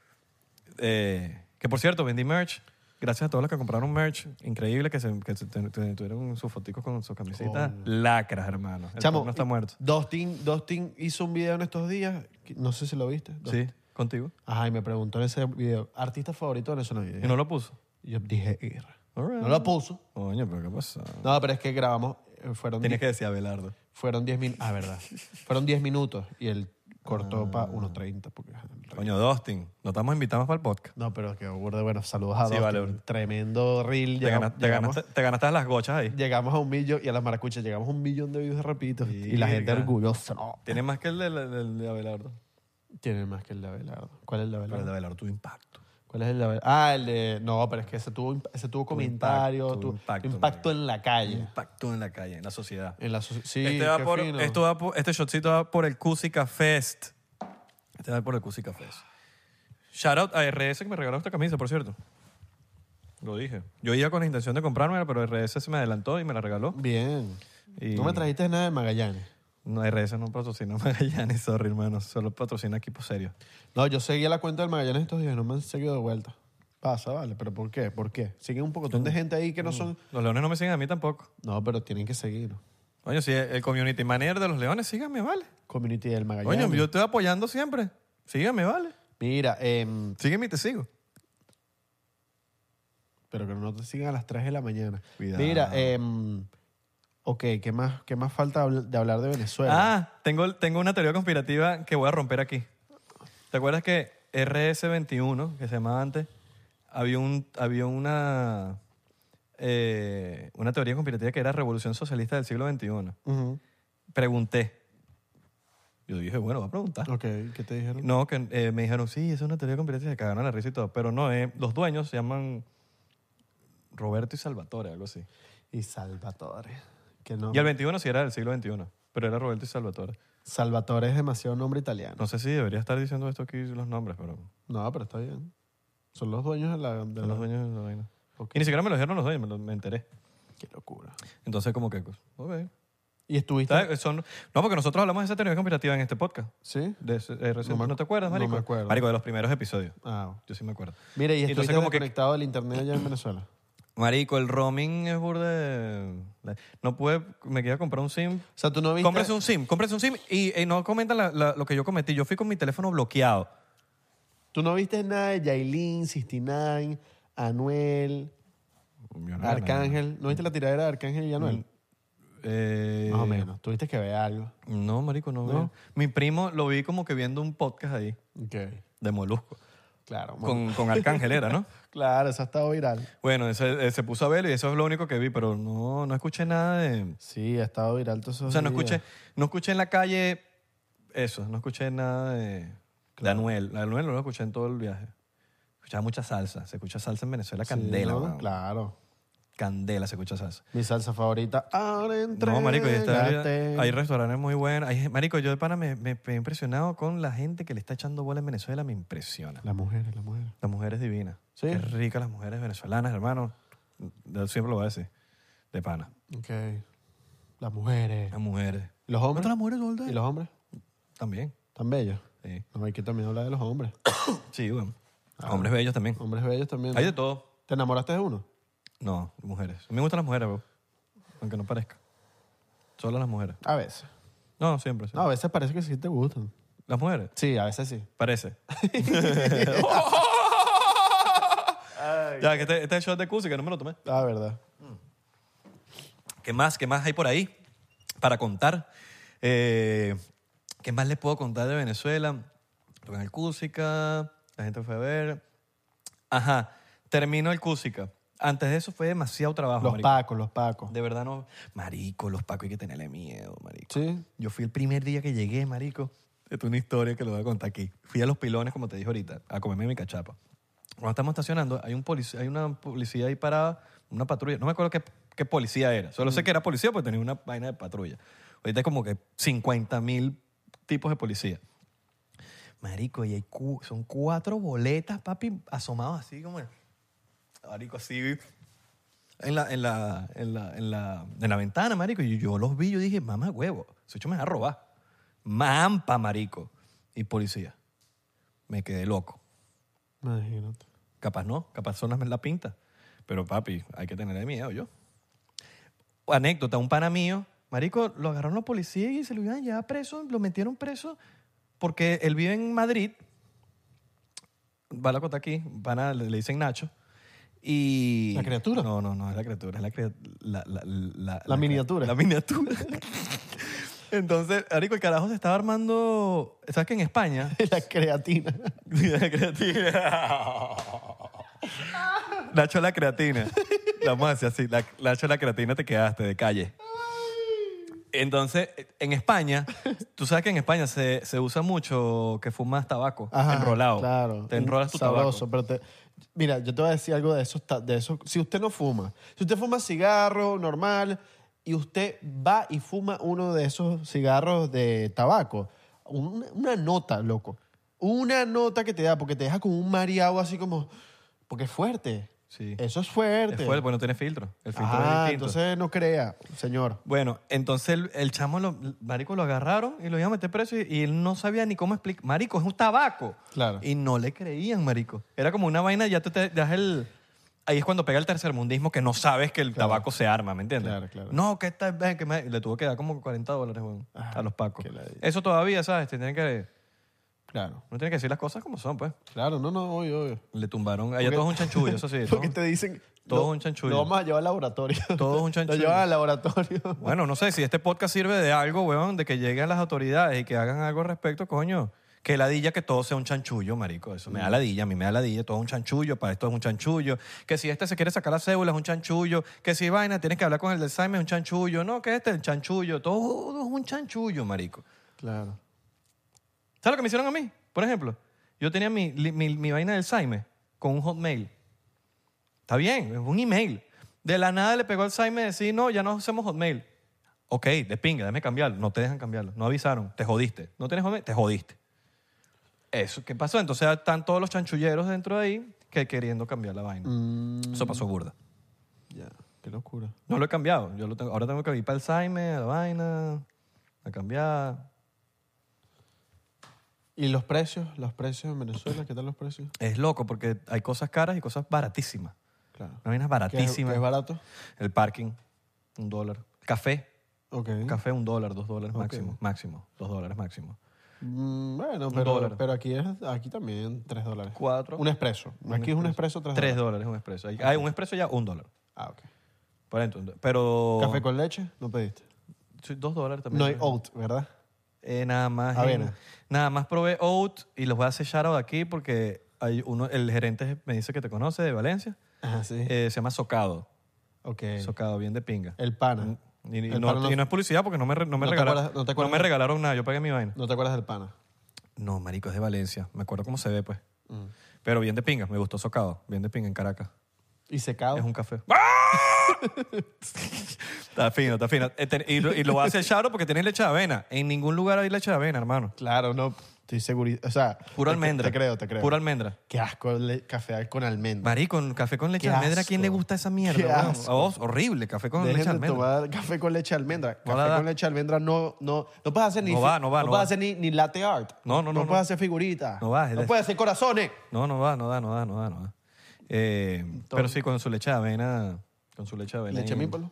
Que por cierto, vendí merch. Gracias a todos los que compraron merch. Increíble que tuvieron sus foticos con sus camisetas. Lacras, hermano. El Chamo, no está muerto. Dustin hizo un video en estos días, no sé si lo viste. Sí, contigo. Ajá, y me preguntó en ese video, ¿artista favorito de Venezuela? Y no lo puso. Y yo dije, Irra. All right. No lo puso. Coño, pero ¿qué pasa? No, pero es que grabamos, fueron Tienes 10 que decir Abelardo. fueron 10 minutos. Ah, verdad. Fueron 10 minutos y él cortó para 1:30. Porque, Coño, Dustin, no estamos invitados para el podcast. no, pero que bueno, saludos a Sí, Dustin. vale. Tremendo reel. Te ganaste las gochas ahí. Llegamos a 1 millón y a las maracuchas llegamos a 1 millón de views rápido y la gente Virga. orgullosa. No, Tiene más que el de Abelardo. tiene más que el de Abelardo. ¿Cuál es el de Pero el de Abelardo? Abelardo tuvo impacto. ¿Cuál es el de Abelardo? Ah, el de... No, pero es que ese tuvo comentarios, tuvo tuvo impacto, impacto en la calle. Impacto en la calle, en la sociedad. En la sí, Este este shotcito va por el Cusica Fest. Este va por el Cusica Fest. Shout out a RS que me regaló esta camisa, por cierto. Lo dije. Yo iba con la intención de comprármela, pero RS se me adelantó y me la regaló. Bien. Y- No me trajiste nada de Magallanes. No, RS no patrocina Magallanes, sorry, hermano. Solo patrocina equipos serios. No, yo seguía la cuenta del Magallanes estos días y no me han seguido de vuelta. Pasa, vale, pero ¿por qué? ¿Por qué? Siguen un pocotón de gente ahí que no son... Los Leones no me siguen a mí tampoco. No, pero tienen que seguir. Coño, si el community manager de los Leones, síganme, vale. Community del Magallanes. Coño, yo estoy apoyando siempre. Síganme, vale. Mira, Sígueme y te sigo. pero que no te sigan a las 3 de la mañana. Cuidado. Mira, ok, ¿qué más falta de hablar de Venezuela? Ah, tengo una teoría conspirativa que voy a romper aquí. ¿Te acuerdas que RS21, que se llamaba antes, había una teoría conspirativa que era Revolución Socialista del siglo XXI? Ujú. Pregunté. Yo dije, bueno, voy a preguntar. Ok, ¿qué te dijeron? No, que me dijeron, sí, es una teoría conspirativa, se cagaron a la risa y todo. Pero no, los dueños se llaman Roberto y Salvatore, algo así. Y Salvatore. Que no. Y el 21 sí era del siglo XXI, pero era Roberto y Salvatore. Salvatore es demasiado nombre italiano. No sé si debería estar diciendo esto aquí los nombres, pero No, pero está bien. Son los dueños de la... son los dueños de la vaina. Ok. Y ni siquiera me lo dijeron los dueños, me enteré. Qué locura. Entonces, como que, ok. ¿Y estuviste? ¿Sabes? No, porque nosotros hablamos de esa teoría conspirativa en este podcast. ¿Sí? ¿No te acuerdas, marico? No me acuerdo. Marico, de los primeros episodios. Ah. Yo sí me acuerdo. Mira, ¿y Entonces, estuviste como que- conectado al internet allá en Venezuela? Marico, el roaming es burde... No pude... Me quería comprar un SIM. O sea, tú no viste... Cómprese un SIM y no comentan lo que yo cometí. Yo fui con mi teléfono bloqueado. Tú no viste nada de Yailin, 69, Anuel, Arcángel. ¿No viste la tiradera de Arcángel y Anuel? Más o menos. Tuviste que ver algo. No, marico, no veo. Mi primo lo vi como que viendo un podcast ahí Ok. de Molusco. Claro. Bueno. Con Arcángel era, ¿no? Claro, eso ha estado viral. Bueno, se puso a verlo y eso es lo único que vi, pero no escuché nada de... Sí, ha estado viral todos esos O sea, no días. escuché en la calle eso, no escuché nada de Anuel. La de Anuel no lo escuché en todo el viaje. Escuchaba mucha salsa. Se escucha salsa en Venezuela, Sí, candela, ¿no? weón. Claro. Candela se escucha salsa. Mi salsa favorita. Ahora No, marico, entrégate. hay restaurantes muy buenos. Marico, yo de pana me he impresionado con la gente que le está echando bola en Venezuela. Me impresiona. Las mujeres, las mujeres. Las mujeres divinas. Sí. Qué ricas las mujeres venezolanas, hermano. Yo siempre lo voy a decir. De pana. Ok. Las mujeres. Las mujeres. ¿Y los hombres? ¿Las mujeres solteras? ¿Y los hombres? También. ¿Tan bellos? Sí, No, hay que también hablar de los hombres. sí, bueno. Hombres bellos también. Hombres bellos también. ¿no? Hay de todo. ¿Te enamoraste de uno? No, mujeres. A mí me gustan las mujeres, bro. Aunque no parezca. Solo las mujeres. A veces. No, siempre, sí. No, a veces parece que sí te gustan. ¿Las mujeres? Sí, a veces sí. Parece. Ya, que este es el shot de Cusi, que no me lo tomé. Ah, verdad. ¿Qué más hay por ahí para contar? ¿Qué más les puedo contar de Venezuela? Con el Cúsica, la gente fue a ver. Ajá, terminó el Cúsica. Antes de eso fue demasiado trabajo, Los marico. los pacos. De verdad no... Marico, los pacos hay que tenerle miedo, marico. Sí. Yo fui el primer día que llegué, marico. Esto es una historia que lo voy a contar aquí. Fui a Los Pilones, como te dije ahorita, a comerme mi cachapa. Cuando estamos estacionando, hay una policía ahí parada, una patrulla. No me acuerdo qué policía era. Solo sé que era policía porque tenía una vaina de patrulla. Ahorita hay como que 50,000 tipos de policía. Marico, y son 4 boletas, papi, asomados así como... Marico, así... En la ventana, marico. Y yo los vi, yo dije, mamá huevo, ese hecho me va a robar. Mampa, marico. Y policía. Me quedé loco. Imagínate. Capaz no, capaz son la pinta. Pero papi, hay que tenerle miedo yo. Anécdota, un pana mío, marico, lo agarraron los policías y se lo iban a llevar preso, lo metieron preso porque él vive en Madrid. Va la cota aquí, le dicen Nacho. Y... ¿La criatura? No, es la criatura, es La miniatura. La miniatura. Entonces, marico, el carajo se estaba armando... ¿Sabes que en España... La creatina. La creatina. Nacho la creatina. La vamos a decir así. Nacho la creatina te quedaste de calle. Entonces, en España, tú sabes que en España se usa mucho que fumas tabaco enrolado. Claro. Te enrolas tu sabroso, tabaco. pero mira, yo te voy a decir algo de eso. Si usted no fuma, si usted fuma cigarro normal y usted va y fuma uno de esos cigarros de tabaco, una nota, loco. Una nota que te da, porque te deja como un mareado así como... Porque es fuerte. Sí. Eso es fuerte. Es fuerte, porque no tiene filtro. El filtro es Ah, distinto. entonces no crea, señor. Bueno, entonces el chamo, marico, lo agarraron y lo iban a meter preso y él no sabía ni cómo explicar. Marico, es un tabaco. Claro. Y no le creían, marico. Era como una vaina, ya te das el... Ahí es cuando pega el tercermundismo que no sabes que el tabaco se arma, ¿me entiendes? Claro, claro. No, que esta vez que le tuvo que dar como $40, weón, a los pacos. qué ladilla. Eso todavía, ¿sabes? Te tienen que... Claro. No tienen que decir las cosas como son, pues. Claro, no, obvio. Le tumbaron... Allá todo es un chanchullo, eso sí. Porque todo- te dicen... todo lo- un chanchullo. Lo vamos a llevar al laboratorio. Todo es un chanchullo. Lo llevan al laboratorio. Bueno, no sé, si este podcast sirve de algo, weón, de que lleguen las autoridades y que hagan algo al respecto, coño. Que ladilla que todo sea un chanchullo, marico. Eso me da ladilla, a mí me da ladilla. Todo es un chanchullo, para esto es un chanchullo. Que si este se quiere sacar la cédula es un chanchullo. Que si vaina, tienes que hablar con el del Saime es un chanchullo. No, que este es el chanchullo. Todo es un chanchullo, marico. Claro. ¿Sabes lo que me hicieron a mí? Por ejemplo, yo tenía mi vaina del Saime con un Hotmail. Está bien, es un email. De la nada le pegó al Saime decir, no, ya no hacemos Hotmail. Ok, de pinga, déjame cambiarlo. No te dejan cambiarlo. No avisaron. Te jodiste. ¿No tienes Hotmail? Te jodiste. Eso, ¿qué pasó? Entonces están todos los chanchulleros dentro de ahí que queriendo cambiar la vaina. Eso pasó burda. Ya, qué locura. No lo he cambiado. Yo lo tengo, ahora tengo que ir para el Saime, a la vaina, a cambiar. ¿Y los precios? ¿Los precios en Venezuela? ¿Qué tal los precios? Es loco porque hay cosas caras y cosas baratísimas. Claro. Una vaina baratísima. ¿Qué es barato? El parking, $1. Café, Ok. café $1, $2 máximo. Máximo, $2 máximo. Bueno, $1. pero aquí también $3. 4. Un expreso. Aquí es un expreso $3. $3 un expreso. Hay un expreso ya $1. Ah, ok. Por ejemplo, pero... ¿Café con leche? No pediste. Sí, $2 también. No hay oat, ¿verdad? Nada más. Avena. Nada más probé oat y los voy a hacer shout out aquí porque hay uno, el gerente me dice que te conoce de Valencia. Ajá, sí. Se llama Socado. Ok. Socado, bien de pinga. El pana. Y El no, pana no- y no es publicidad porque no me ¿No te regalaron, acuerdas- no te acuerdas? me regalaron nada. Yo pagué mi vaina. ¿No te acuerdas del pana? No, marico, es de Valencia. Me acuerdo cómo se ve, pues. Mm. Pero bien de pinga. Me gustó Socado. Bien de pinga en Caracas. ¿Y secado? Es un café. Está fino, está fino. Y lo voy a hacer shout out porque tiene leche de avena. En ningún lugar hay leche de avena, hermano. Claro, no. Estoy seguro. O sea... Pura almendra. Te creo. Pura almendra. Qué asco café con almendra. Marico, café con leche Qué de almendra. ¿A quién le asco. gusta esa mierda? Qué weón? asco. A vos, horrible. Café con leche de Dejen de almendra. tomar café con leche de almendra. No la Café da. con leche de almendra no puedes hacer ni... No va. puedes hacer ni latte art. No, no, no, No no. puedes hacer figuritas. No va, es No de- puedes hacer corazones. No da. Pero sí, con su leche de avena. Con su leche de avena. Leche y- mípolo.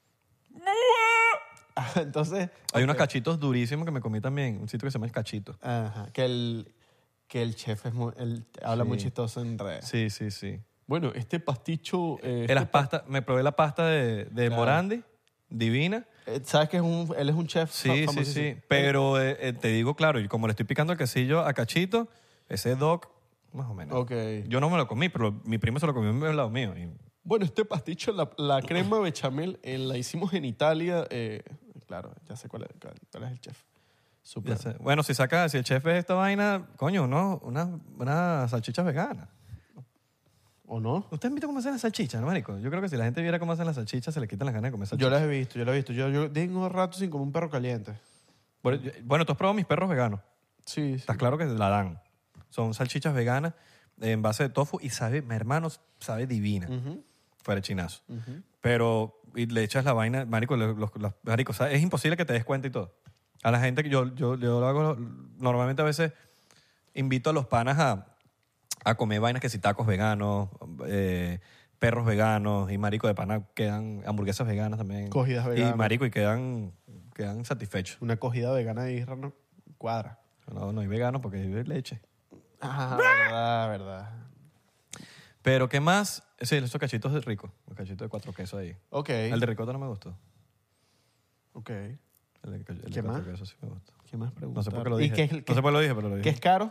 Entonces... Hay unos cachitos durísimos que me comí también. Un sitio que se llama El Cachito. Ajá. Que el chef es habla Sí. muy chistoso en redes. Sí. Bueno, este pasticho... Las pastas, me probé la pasta de Claro. Morandi. Divina. ¿Sabes que él es un chef Sí. famosísimo? Pero te digo, claro, y como le estoy picando el quesillo a Cachito, ese dog, más o menos. Ok. Yo no me lo comí, pero mi primo se lo comió al lado mío. Y Bueno, este pasticho, la crema bechamel, la hicimos en Italia. Claro, ya sé cuál es el chef. Súper. ya sé. Bueno, si el chef es esta vaina, coño, ¿no? Una salchicha vegana. ¿O no? ¿Usted han visto cómo hacen las salchichas, no, marico? Yo creo que si la gente viera cómo hacen las salchichas, se le quitan las ganas de comer Yo salchichas. las he visto. Yo tengo rato sin comer un perro caliente. Bueno, tú has probado mis perros veganos. Sí, sí. Estás claro que la dan. Son salchichas veganas en base de tofu y sabe, mi hermano, sabe divina. Fuera de chinazo. Pero y le echas la vaina, marico, marico, ¿sabes? Es imposible que te des cuenta y todo. A la gente que yo lo hago, normalmente a veces invito a los panas a comer vainas que si tacos veganos, perros veganos y marico de pana quedan hamburguesas veganas también. Cogidas veganas. Y marico y quedan satisfechos. Una cogida vegana de Isra no cuadra. No hay veganos porque hay leche. Ah, verdad. Pero ¿qué más? Sí, esos cachitos de rico. Los cachitos de 4 quesos ahí. Ok. El de ricota no me gustó. Ok. El de ¿Qué 4 más? quesos sí me gustó. ¿Qué más No preguntas? sé por qué lo ¿Y dije. qué, No sé por qué lo dije, pero lo qué dije. es caro?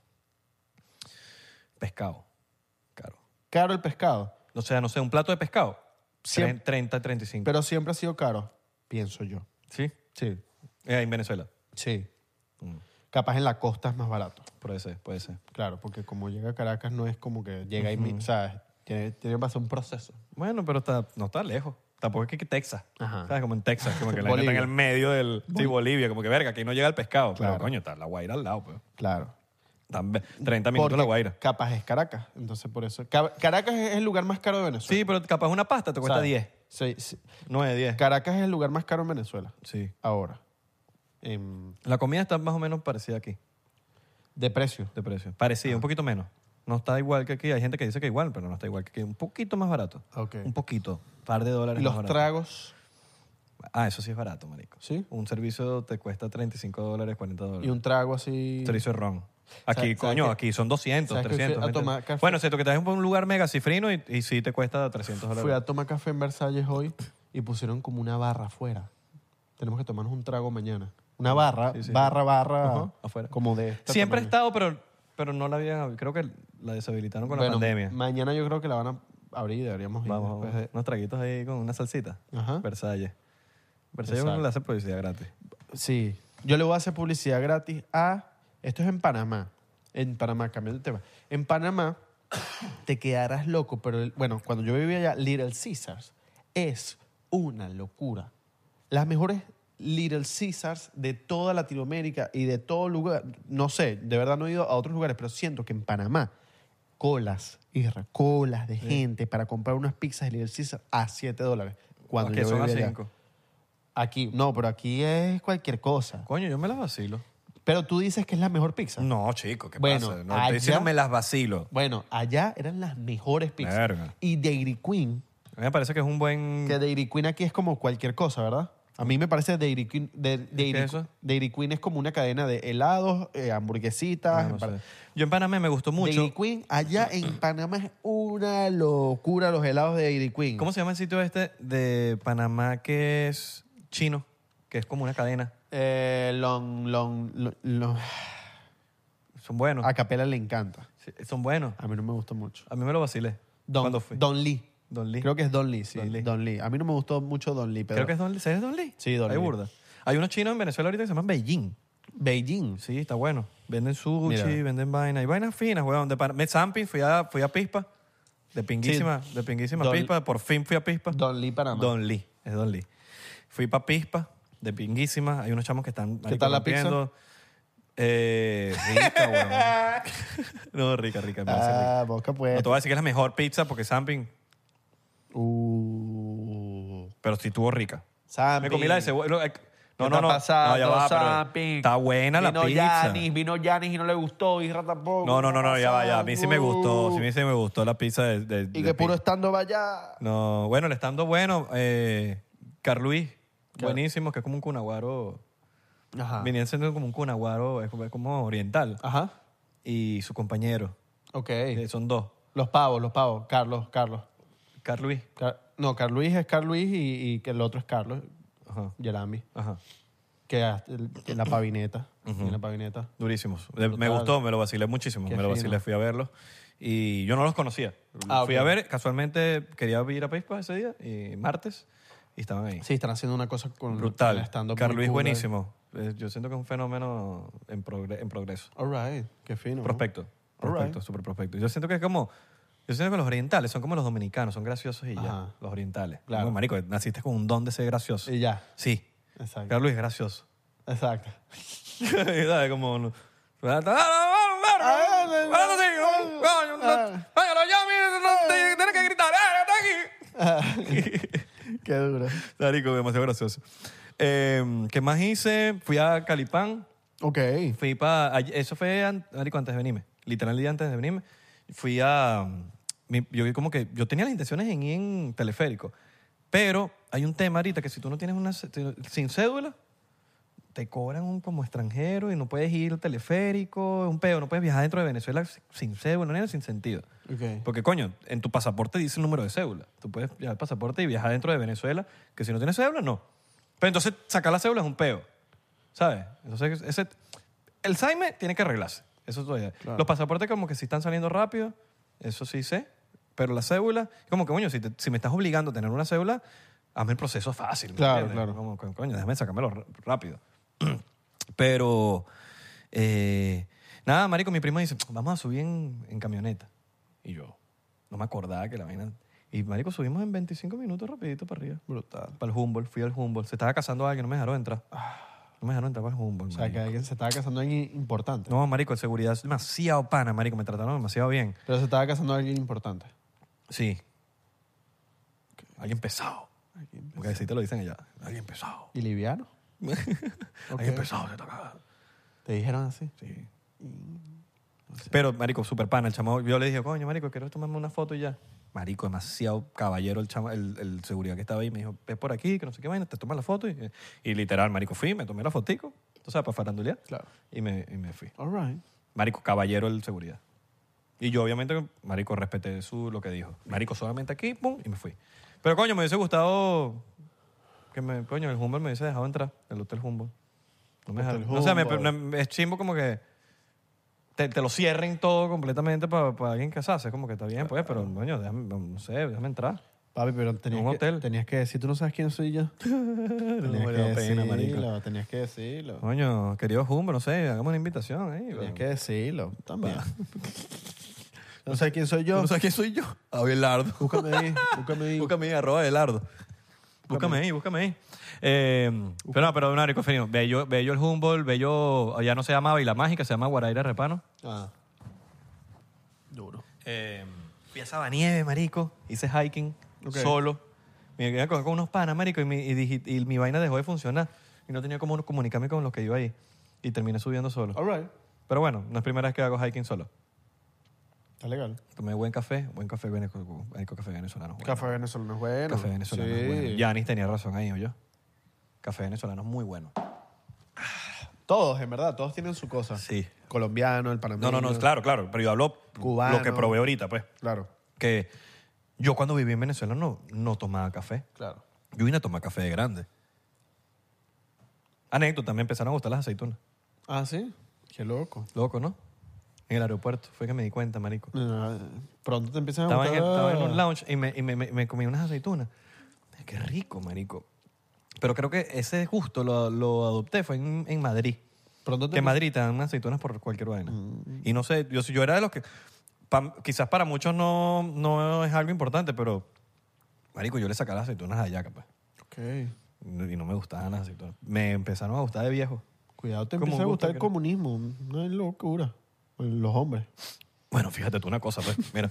Pescado. Caro. Caro el pescado. O sea, no sé, un plato de pescado. Siempre- 30, 35. Pero siempre ha sido caro, pienso yo. ¿Sí? Sí. En Venezuela. Sí. Mm. Capaz en la costa es más barato. Puede ser. Claro, porque como llega a Caracas no es como que llega y... O sea, tiene que pasar un proceso. Bueno, pero no está lejos. Tampoco es que Texas. Ajá. ¿Sabes? Como en Texas. Como que la gente Bolivia. está en el medio del... Sí, Bolivia. Como que verga, aquí no llega el pescado. Claro. Pero coño, está la Guaira al lado, pues. Claro. También, 30 minutos Porque La Guaira. capaz es Caracas. Entonces, por eso. Caracas es el lugar más caro de Venezuela. Sí, pero capaz una pasta te cuesta ¿Sabes? 10. Sí, sí. 9, 10. Caracas es el lugar más caro en Venezuela. Sí. Ahora. La comida está más o menos parecida aquí, De precio. de precio. Parecida, un poquito menos. No está igual que aquí. Hay gente que dice que igual, pero no está igual que aquí. Un poquito más barato. Ok. Un poquito. Par de dólares Y los más barato. tragos. Eso sí es barato, marico. ¿Sí? Un servicio te cuesta $35, $40. Y un trago así. Un servicio de ron. Aquí, ¿Sabes coño, qué? aquí son 200, ¿Sabes que fui 300. a tomar café? Bueno, siento que te das un lugar mega cifrino y sí te cuesta $300. Fui a tomar café en Versalles hoy y pusieron como una barra afuera. Tenemos que tomarnos un trago mañana. Una barra, Sí, sí. barra, Ajá, afuera. como de esta Siempre he tamaño. estado, pero no la habían... Creo que la deshabilitaron con la Bueno, pandemia. mañana yo creo que la van a abrir y deberíamos ir. Vamos, después de- unos traguitos ahí con una salsita. Ajá. Versalles. Versalles Exacto. uno le hace publicidad gratis. Sí. Yo le voy a hacer publicidad gratis a... Esto es en Panamá. En Panamá, cambiando de tema. En Panamá te quedarás loco, pero bueno, cuando yo vivía allá, Little Caesars es una locura. Las mejores Little Caesars de toda Latinoamérica y de todo lugar. No sé, de verdad no he ido a otros lugares, pero siento que en Panamá colas de gente para comprar unas pizzas de Little Caesar a $7. Cuando que yo son a vivía allá. 5. Aquí, no, pero aquí es cualquier cosa. Coño, yo me las vacilo. Pero tú dices que es la mejor pizza. No, chico, ¿qué Bueno, pasa? No, allá- estoy diciendo me las vacilo. Bueno, allá eran las mejores pizzas. Verga. Y Dairy Queen, A mí me parece que es un buen... que Dairy Queen aquí es como cualquier cosa, ¿verdad? A mí me parece Dairy Queen, ¿Qué es eso? Dairy Queen es como una cadena de helados, hamburguesitas. Ah, no sé. Yo en Panamá me gustó mucho. Dairy Queen, allá en Panamá es una locura los helados de Dairy Queen. ¿Cómo se llama el sitio este de Panamá que es chino? Que es como una cadena. Son buenos. A Capela le encanta. Sí, son buenos. A mí no me gustó mucho. A mí me lo vacilé. ¿Cuándo fui? Don Lee. Don Lee. Creo que es Don Lee, sí. Don Lee. Don Lee. A mí no me gustó mucho Don Lee, pero Creo que es Don Lee. ¿Sabes Don Lee? Sí, Don Hay Lee. burda. Hay unos chinos en Venezuela ahorita que se llaman Beijing. Beijing. Sí, está bueno. Venden sushi, Mira. venden vainas. Y vainas finas, weón. Me Zampi, fui a Pispa. De pinguísima Don- Pispa. Por fin fui a Pispa. Don Lee, Panamá. Don Lee. Es Don Lee. Fui para Pispa, de pinguísima. Hay unos chamos que están... marico, tal la pizza? rompiendo. Rica, weón. No, rica. Me parece rica. Boca pues. No te voy a decir que es la mejor pizza porque Zamping... Pero sí estuvo rica. Zampi. Me comí la de cebolla. ¿Qué está pasando, No, ya va, pero Zampi? está buena la pizza. Vino Yanis y no le gustó, Isra tampoco. No, ya va, ya. A mí sí me gustó. Sí, a mí sí me gustó la pizza de Y que puro estando vaya. No, bueno, el estando bueno. Carluis, buenísimo, que es como un cunaguaro. Ajá. Venía siendo como un cunaguaro, es como oriental. Ajá. Y su compañero. Ok. Son dos. Los pavos. Carlos. Carluis. No, Carluis es Carluis y que el otro es Carlos. Ajá. Yerami. Ajá. Que la pavineta. Y la pavineta. Durísimos. Brutal. Me gustó, me lo vacilé muchísimo. Qué Me lo fino. vacilé, fui a verlos. Y yo no los conocía. Fui ok. a ver, casualmente quería ir a Pispa ese día, y martes, y estaban ahí. Sí, están haciendo una cosa con Brutal. el stand-up Carluis muy cool. buenísimo. Yo siento que es un fenómeno en progreso. All right. Qué fino. ¿no? Prospecto. All Prospecto, right. súper prospecto. Yo siento que es como... Yo siento que los orientales son como los dominicanos, son graciosos y ya. Ajá. Los orientales. Claro. Como, marico, naciste con un don de ser gracioso. Y ya. Sí. Exacto. Carluis es gracioso. Exacto. ¿Sabes? Como... no- Tienes que gritar. Qué duro. Marico, demasiado gracioso. ¿Qué más hice? Fui a Calipán. Ok. Fui para... Eso fue, marico, antes de venirme. Literal, el día antes de venirme. Fui a... Yo tenía las intenciones en ir en teleférico. Pero hay un tema ahorita que si tú no tienes sin cédula, te cobran como extranjero y no puedes ir al teleférico. Es un peo. No puedes viajar dentro de Venezuela sin cédula. No es sin sentido. Ok. Porque, coño, en tu pasaporte dice el número de cédula. Tú puedes llevar el pasaporte y viajar dentro de Venezuela, que si no tienes cédula, no. Pero entonces sacar la cédula es un peo. ¿Sabes? Entonces, el SAIME tiene que arreglarse. Eso todavía. Claro. Los pasaportes como que sí están saliendo rápido, eso sí sé. Pero la cédula, como que, coño, si me estás obligando a tener una cédula, hazme el proceso fácil. ¿me Claro, entiendes? claro. Como, coño, déjame sacármelo rápido. Pero, nada, marico, mi primo dice, vamos a subir en camioneta. Y yo, no me acordaba que la vaina... Y, marico, subimos en 25 minutos rapidito para arriba. Brutal. Para el Humboldt, fui al Humboldt. Se estaba casando alguien, no me dejaron entrar. No me dejaron entrar para el Humboldt, O sea, que marico. alguien se estaba casando a alguien importante. No, marico, el seguridad es demasiado pana, marico. Me trataron demasiado bien. Pero se estaba casando a alguien importante. Sí. Alguien pesado. Porque así te lo dicen allá. Alguien pesado. ¿Y liviano? Alguien pesado se toca. ¿Te dijeron así? Sí. Pero, marico, súper pana el chamo. Yo le dije, coño, marico, quiero tomarme una foto y ya. Marico, demasiado caballero el chamo, el seguridad que estaba ahí. Me dijo, ves por aquí, que no sé qué vaina, te tomas la foto. Y literal, marico, fui, me tomé la fotico. Tú sabes, para farandulear. Claro. Y me fui. All right. Marico, caballero el seguridad. Y yo, obviamente, marico, respeté lo que dijo. Marico, solamente aquí, pum, y me fui. Pero, coño, me hubiese gustado coño, el Humboldt me hubiese dejado entrar, el Hotel Humboldt. No me Hotel dejaron. O sea, Humboldt. es chimbo como que te lo cierren todo completamente para alguien casarse. Como que está bien, pues, pero, coño, no sé, déjame entrar. Papi, pero Un hotel. tenías que decir, tú no sabes quién soy yo. Tenías me dio que pena, decirlo, tenías que decirlo. Coño, querido Humboldt, no sé, hagamos una invitación ahí. Tenías que decirlo también. ¿No sabes quién soy yo? ¿No sabes quién soy yo? Abelardo. Búscame ahí, búscame ahí. Búscame ahí, @Abelardo. Búscame ahí. Pero marico, fino. Bello el Humboldt, bello, ya no se llama Isla Mágica, se llama Guaraíra Repano. Ah. Duro. Fui a Sabanieve, marico, hice hiking solo. Me quedé con unos panas, marico, y mi vaina dejó de funcionar. Y no tenía cómo comunicarme con los que iba ahí. Y terminé subiendo solo. All right. Pero bueno, no es primera vez que hago hiking solo. Está legal. Tomé buen café venezolano. Bueno. Café venezolano es bueno. Café venezolano Sí. es bueno. Yanis tenía razón ahí, yo. Café venezolano es muy bueno. Todos, en verdad, todos tienen su cosa. Sí. Colombiano, el panameño. No, claro. Pero yo hablo Cubano. lo que probé ahorita, pues. Claro, Que yo cuando viví en Venezuela no tomaba café. claro. Yo vine a tomar café de grande. Anécdota, me empezaron a gustar las aceitunas. Ah, ¿sí? Qué loco. Loco, ¿no? En el aeropuerto. Fue que me di cuenta, marico. Pronto te empiezan a Estaba gustar. en un lounge y me comí unas aceitunas. Qué rico, marico. Pero creo que ese gusto lo adopté fue en Madrid. Pronto te Que en Madrid te dan unas aceitunas por cualquier vaina. Y no sé, yo era de los que... quizás para muchos no es algo importante, pero... Marico, yo le sacaba las aceitunas allá, capaz. Ok. Y no me gustaban las aceitunas. Me empezaron a gustar de viejo. Cuidado, te Como empieza a un gustar gusto el que- comunismo. No es locura. Los hombres. Bueno, fíjate tú una cosa, pues. Mira.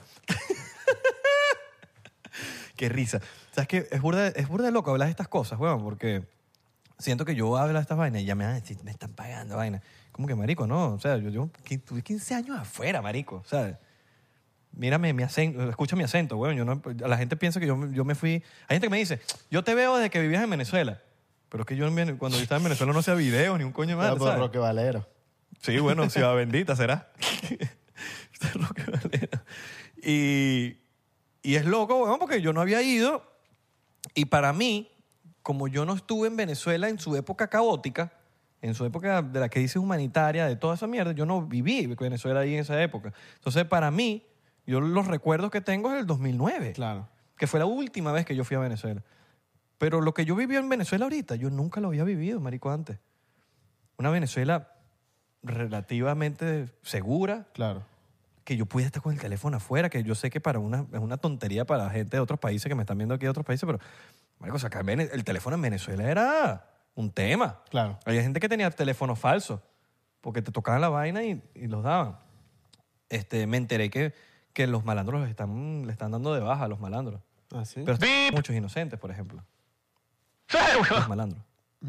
Qué risa. ¿Sabes qué? Es burda de loco hablar de estas cosas, weón, porque siento que yo hablo de estas vainas y ya me están pagando vainas. Como que, marico, no. O sea, yo tuve 15 años afuera, marico. ¿Sabes? Mírame mi acento, escucha mi acento, weón. La gente piensa que yo me fui... Hay gente que me dice, yo te veo desde que vivías en Venezuela. Pero es que cuando yo estaba en Venezuela no hacía videos ni un coño de madre, por ¿sabes? Roque Valero. Sí, bueno, Ciudad Bendita será. Roque Valero. Y es loco, weón, porque yo no había ido. Y para mí, como yo no estuve en Venezuela en su época caótica, en su época de la crisis humanitaria, de toda esa mierda, yo no viví Venezuela ahí en esa época. Entonces, para mí, yo los recuerdos que tengo es del 2009. Claro. Que fue la última vez que yo fui a Venezuela. Pero lo que yo viví en Venezuela ahorita, yo nunca lo había vivido, marico, antes. Una Venezuela relativamente segura, Claro. que yo pudiera estar con el teléfono afuera, que yo sé que es una tontería para la gente de otros países que me están viendo aquí de otros países, pero, marico, sacar el teléfono en Venezuela era un tema. Claro. Había gente que tenía teléfonos falsos, porque te tocaban la vaina y los daban. Me enteré que los malandros le están dando de baja a los malandros. Ah, sí. Pero muchos inocentes, por ejemplo. Los malandros.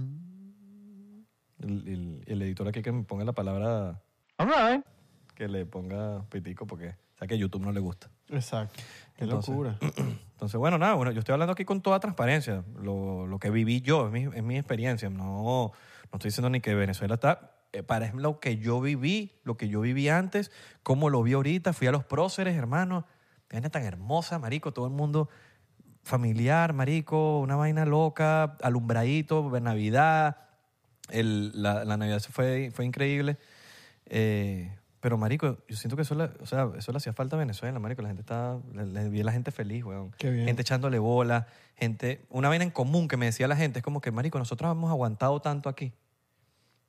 El editor aquí que me ponga la palabra... Que le ponga pitico porque sabe que a YouTube no le gusta. Exacto. Qué Entonces, locura. Entonces, bueno, yo estoy hablando aquí con toda transparencia. Lo que viví yo, es mi experiencia. No estoy diciendo ni que Venezuela está... es lo que yo viví antes, cómo lo vi ahorita. Fui a los próceres, hermano. Qué vaina tan hermosa, marico. Todo el mundo familiar, marico. Una vaina loca, alumbradito, Navidad. La Navidad fue increíble. Pero, marico, yo siento que eso le hacía falta a Venezuela, marico. La gente le vi a la gente feliz, weón. Qué bien. Gente echándole bola, una vaina en común que me decía la gente es como que, marico, nosotros hemos aguantado tanto aquí.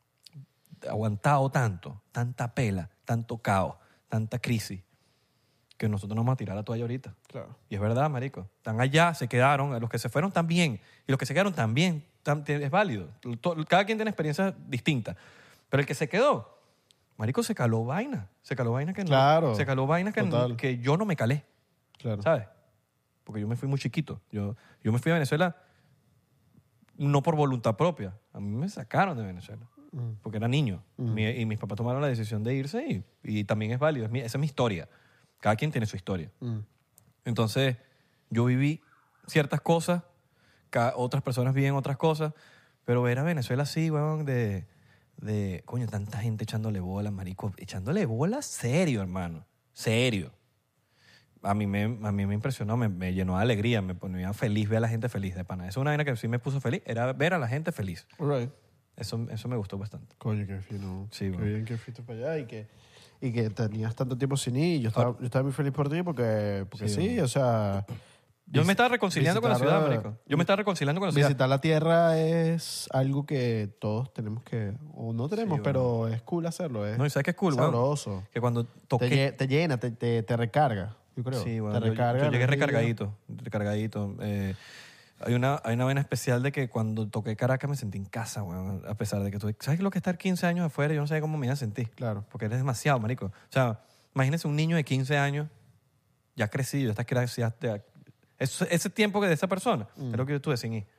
Aguantado tanto, tanta pela, tanto caos, tanta crisis. que nosotros no vamos a tirar la toalla ahorita. Claro. Y es verdad, marico. Están allá, se quedaron. Los que se fueron también. Y los que se quedaron también. Es válido. Cada quien tiene experiencias distintas. Pero el que se quedó, marico, se caló vaina. Se caló vaina que no. Claro, Se caló vaina total. que yo no me calé. Claro. ¿Sabes? Porque yo me fui muy chiquito. Yo me fui a Venezuela no por voluntad propia. A mí me sacaron de Venezuela. Porque era niño. Y mis papás tomaron la decisión de irse y también es válido. Esa es mi historia. Cada quien tiene su historia. Entonces, yo viví ciertas cosas, otras personas viven otras cosas, pero ver a Venezuela así, weón, coño, tanta gente echándole bola, marico, echándole bola serio, hermano. Serio. A mí me impresionó, me llenó de alegría, me ponía feliz ver a la gente feliz de pana. Eso es una vaina que sí me puso feliz, era ver a la gente feliz. All right. Eso me gustó bastante. Coño, qué fino. Sí, qué bueno. bien que fuiste para allá y que tenías tanto tiempo sin ir. Yo estaba muy feliz por ti porque sí, bueno. o sea... Yo me estaba reconciliando con la ciudad, visitar- marico. Yo me estaba reconciliando con la ciudad. Visitar la tierra es algo que todos tenemos que... O no tenemos, Sí, pero es cool hacerlo. Es No, y sabes qué es cool, weón. sabroso. Que cuando toqué... Te llena, te recarga, yo creo. Sí, bueno, te recarga. yo llegué energía. recargadito. Hay una vaina especial de que cuando toqué Caracas me sentí en casa, weón. A pesar de que tú... ¿Sabes lo que es estar 15 años afuera? Yo no sabía cómo me iba a sentir. Claro. Porque eres demasiado, marico. O sea, imagínese un niño de 15 años ya crecido, ya estás crecido. Ese tiempo que de esa persona, es lo que yo estuve sin ir.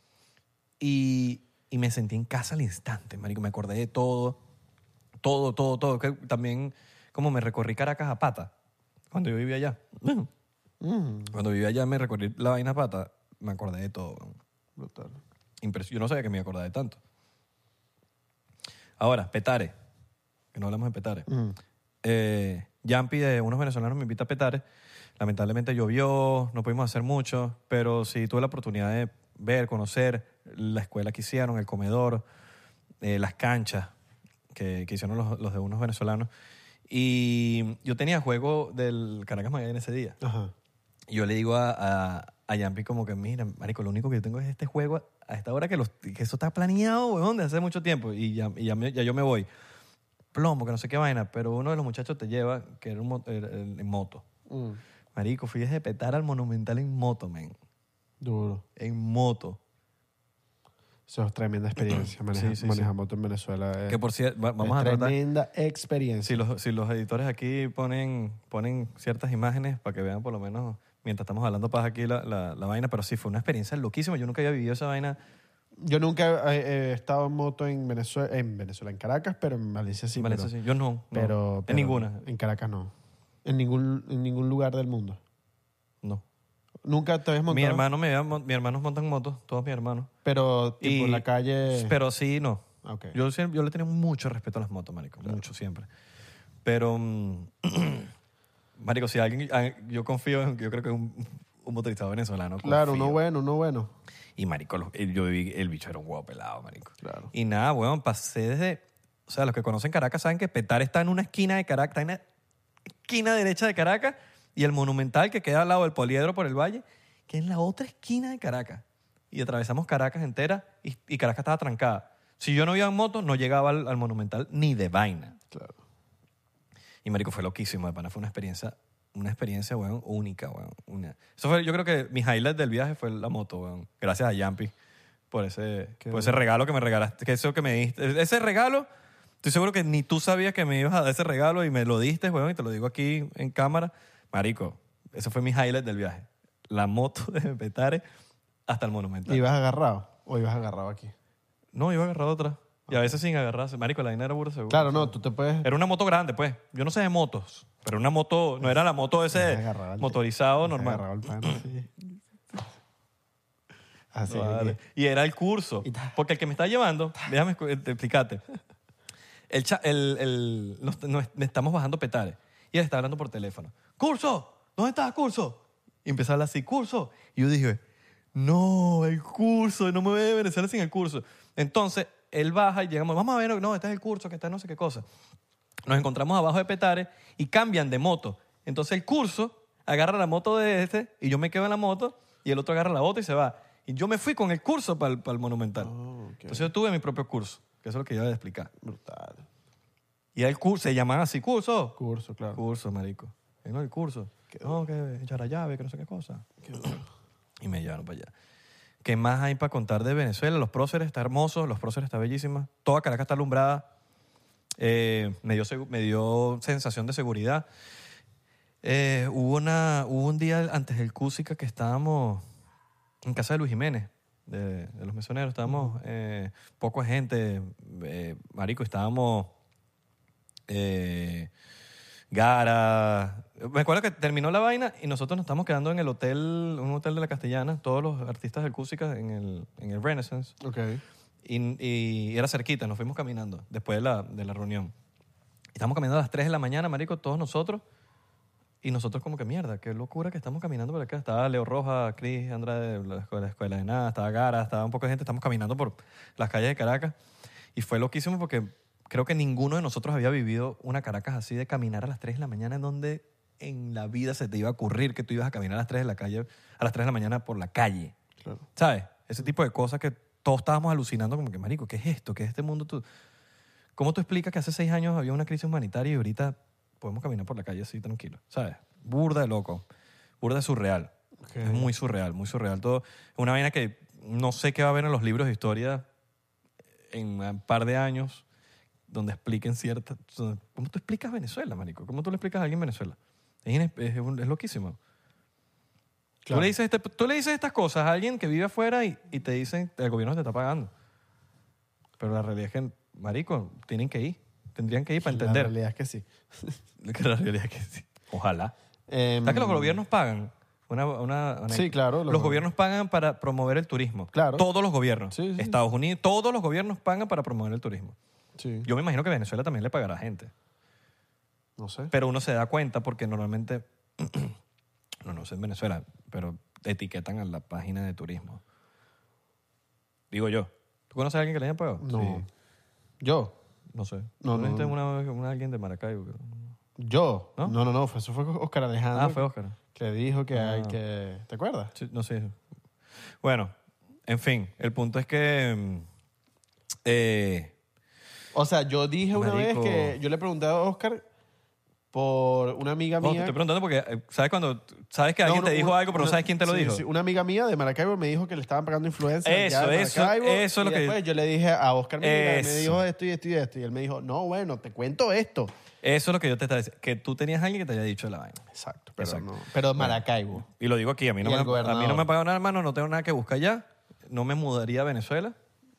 Y me sentí en casa al instante, marico. Me acordé de todo. Que también, como me recorrí Caracas a pata, cuando yo vivía allá. Cuando vivía allá me recorrí la vaina a pata, me acordé de todo. Brutal. Yo no sabía que me iba a acordar de tanto. Ahora, Petare. Que no hablamos de Petare. Yampi de unos venezolanos me invita a Petare. Lamentablemente llovió, no pudimos hacer mucho, pero sí tuve la oportunidad de ver, conocer la escuela que hicieron, el comedor, las canchas que hicieron los de unos venezolanos. Y yo tenía juego del Caracas Magallanes ese día. Ajá. Y yo le digo a Yampi como que, mira, marico, lo único que yo tengo es este juego a esta hora que eso está planeado, weón, de hace mucho tiempo. Y ya yo me voy. Plomo, que no sé qué vaina, pero uno de los muchachos te lleva, que era en moto. Marico, fui desde Petare al Monumental en moto, men. Duro. En moto. Eso es tremenda experiencia. Manejar moto en Venezuela Que por cierto, vamos es a tratar... tremenda experiencia. Si los editores aquí ponen ciertas imágenes para que vean por lo menos, mientras estamos hablando paja aquí la vaina, pero sí, fue una experiencia loquísima. Yo nunca había vivido esa vaina. Yo nunca he estado en moto en Venezuela, en Caracas, pero en Valencia sí. En Valencia sí. Yo no. Pero En ninguna. En Caracas no. En ningún lugar del mundo. No. Nunca te habías montado. Mis hermanos montan motos, todos mis hermanos. Pero tipo en la calle. Pero sí, no. Okay. Yo le tenía mucho respeto a las motos, marico. Claro. Mucho, siempre. Pero, marico, si alguien... Yo confío en... Yo creo que es un motorizado venezolano. Claro, confío. uno bueno. Y, marico, yo viví... El bicho era un huevo pelado, marico. Claro. Y nada, weón, pasé desde... O sea, los que conocen Caracas saben que Petare está en una esquina de Caracas, está en la esquina derecha de Caracas, y el Monumental que queda al lado del Poliedro por el Valle, que es en la otra esquina de Caracas. Y atravesamos Caracas entera y Caracas estaba trancada. Si yo no iba en moto, no llegaba al Monumental ni de vaina. Claro. Y, marico, fue loquísimo, de pana. Fue una experiencia, weón, única, weón. Eso fue, yo creo que mi highlight del viaje fue la moto, weón. Gracias a Yampi por ese regalo que me regalaste, que eso que me diste. Ese regalo, estoy seguro que ni tú sabías que me ibas a dar ese regalo y me lo diste, weón, y te lo digo aquí en cámara. Marico, eso fue mi highlight del viaje. La moto de Petare hasta el Monumental. ¿Ibas agarrado o ibas agarrado aquí? No, iba agarrado otra. Y a veces sin agarrarse. Marico, la vaina era burda seguro. Claro, no, tú te puedes... Era una moto grande, pues. Yo no sé de motos, pero una moto, no era la moto ese motorizado normal. Agarrado el pan, así. Así. No, vale. Y era el curso. Porque el que me está llevando, déjame explicarte. Estamos bajando Petare. Y él está hablando por teléfono. ¡Curso! ¿Dónde estás, curso? Y empezó a hablar así, curso. Y yo dije, no, el curso, no me voy a Venezuela sin el curso. Entonces, él baja y llegamos, vamos a ver, no, este es el curso, que está no sé qué cosa. Nos encontramos abajo de Petare y cambian de moto. Entonces, el curso agarra la moto de este y yo me quedo en la moto y el otro agarra la otra y se va. Y yo me fui con el curso para el Monumental. Oh, okay. Entonces, yo tuve mi propio curso, que eso es lo que yo iba a explicar. Brutal. Y el curso, se llamaban así, curso. Curso, claro. Curso, marico. ¿no? El curso. No, que echar a llave, que no sé qué cosa. Y me llevaron para allá. ¿Qué más hay para contar de Venezuela? Los próceres está hermoso, los próceres está bellísima. Toda Caracas está alumbrada. Me dio sensación de seguridad. Hubo un día antes del Cusica que estábamos en casa de Luis Jiménez, de los mesoneros. Estábamos poca gente, marico, estábamos Gara. Me acuerdo que terminó la vaina y nosotros nos estamos quedando en el hotel, un hotel de la Castellana, todos los artistas del Cusica en el Renaissance. Ok. Y era cerquita, nos fuimos caminando después de la reunión. Estamos caminando a las 3 de la mañana, marico, todos nosotros. Y nosotros como que mierda, qué locura que estamos caminando por acá. Estaba Leo Roja, Cris, Andrade de la escuela de nada, estaba Gara, estaba un poco de gente. Estamos caminando por las calles de Caracas. Y fue loquísimo porque creo que ninguno de nosotros había vivido una Caracas así de caminar a las 3 de la mañana en donde en la vida se te iba a ocurrir que tú ibas a caminar a las 3 de la mañana por la calle. Claro. ¿Sabes? Ese tipo de cosas que todos estábamos alucinando como que, marico, ¿qué es esto? ¿Qué es este mundo? ¿Cómo tú explicas que hace 6 años había una crisis humanitaria y ahorita podemos caminar por la calle así tranquilo? ¿Sabes? Burda de loco. Burda de surreal. Okay. Es muy surreal, muy surreal. Todo es una vaina que no sé qué va a haber en los libros de historia en un par de años donde expliquen ciertas... ¿Cómo tú explicas Venezuela, marico? ¿Cómo tú le explicas a alguien Venezuela? Es loquísimo. Claro. Tú le dices estas cosas a alguien que vive afuera y te dicen el gobierno te está pagando. Pero la realidad es que, marico, tendrían que ir para entender. La realidad es que sí. La realidad es que sí. Ojalá. ¿Sabes ¿Sabes que los gobiernos pagan? Sí, claro. Los gobiernos pagan para promover el turismo. Claro. Todos los gobiernos. Sí, sí. Estados Unidos, todos los gobiernos pagan para promover el turismo. Sí. Yo me imagino que Venezuela también le pagará a gente. No sé. Pero uno se da cuenta porque normalmente, no sé en Venezuela, pero etiquetan a la página de turismo. Digo yo. ¿Tú conoces a alguien que le hayan pagado? No. Sí. ¿Yo? No sé. No, ¿Tú no. conociste alguien de Maracaibo? ¿Yo? ¿No? No. Eso fue Oscar Alejandro. Fue Oscar. Que dijo que Ah. hay que... ¿Te acuerdas? Sí, no sé. Bueno, en fin, el punto es que... O sea, yo dije una vez Marico. que... Yo le pregunté a Oscar por una amiga no, te mía... estoy preguntando porque, ¿sabes que alguien No, te dijo algo, pero no sabes quién te lo sí, dijo? sí, una amiga mía de Maracaibo me dijo que le estaban pagando influencers. Eso es lo y que- después yo le dije a Oscar, mira, me Eso. dijo esto y esto y esto. Y él me dijo, no, bueno, te cuento esto. Eso es lo que yo te estaba diciendo. Que tú tenías a alguien que te haya dicho la vaina. Exacto. Pero Exacto. no. Pero Maracaibo. Y lo digo aquí, a mí no Y el me gobernador. ha pagado nada, hermano, no tengo nada que buscar allá. No me mudaría a Venezuela.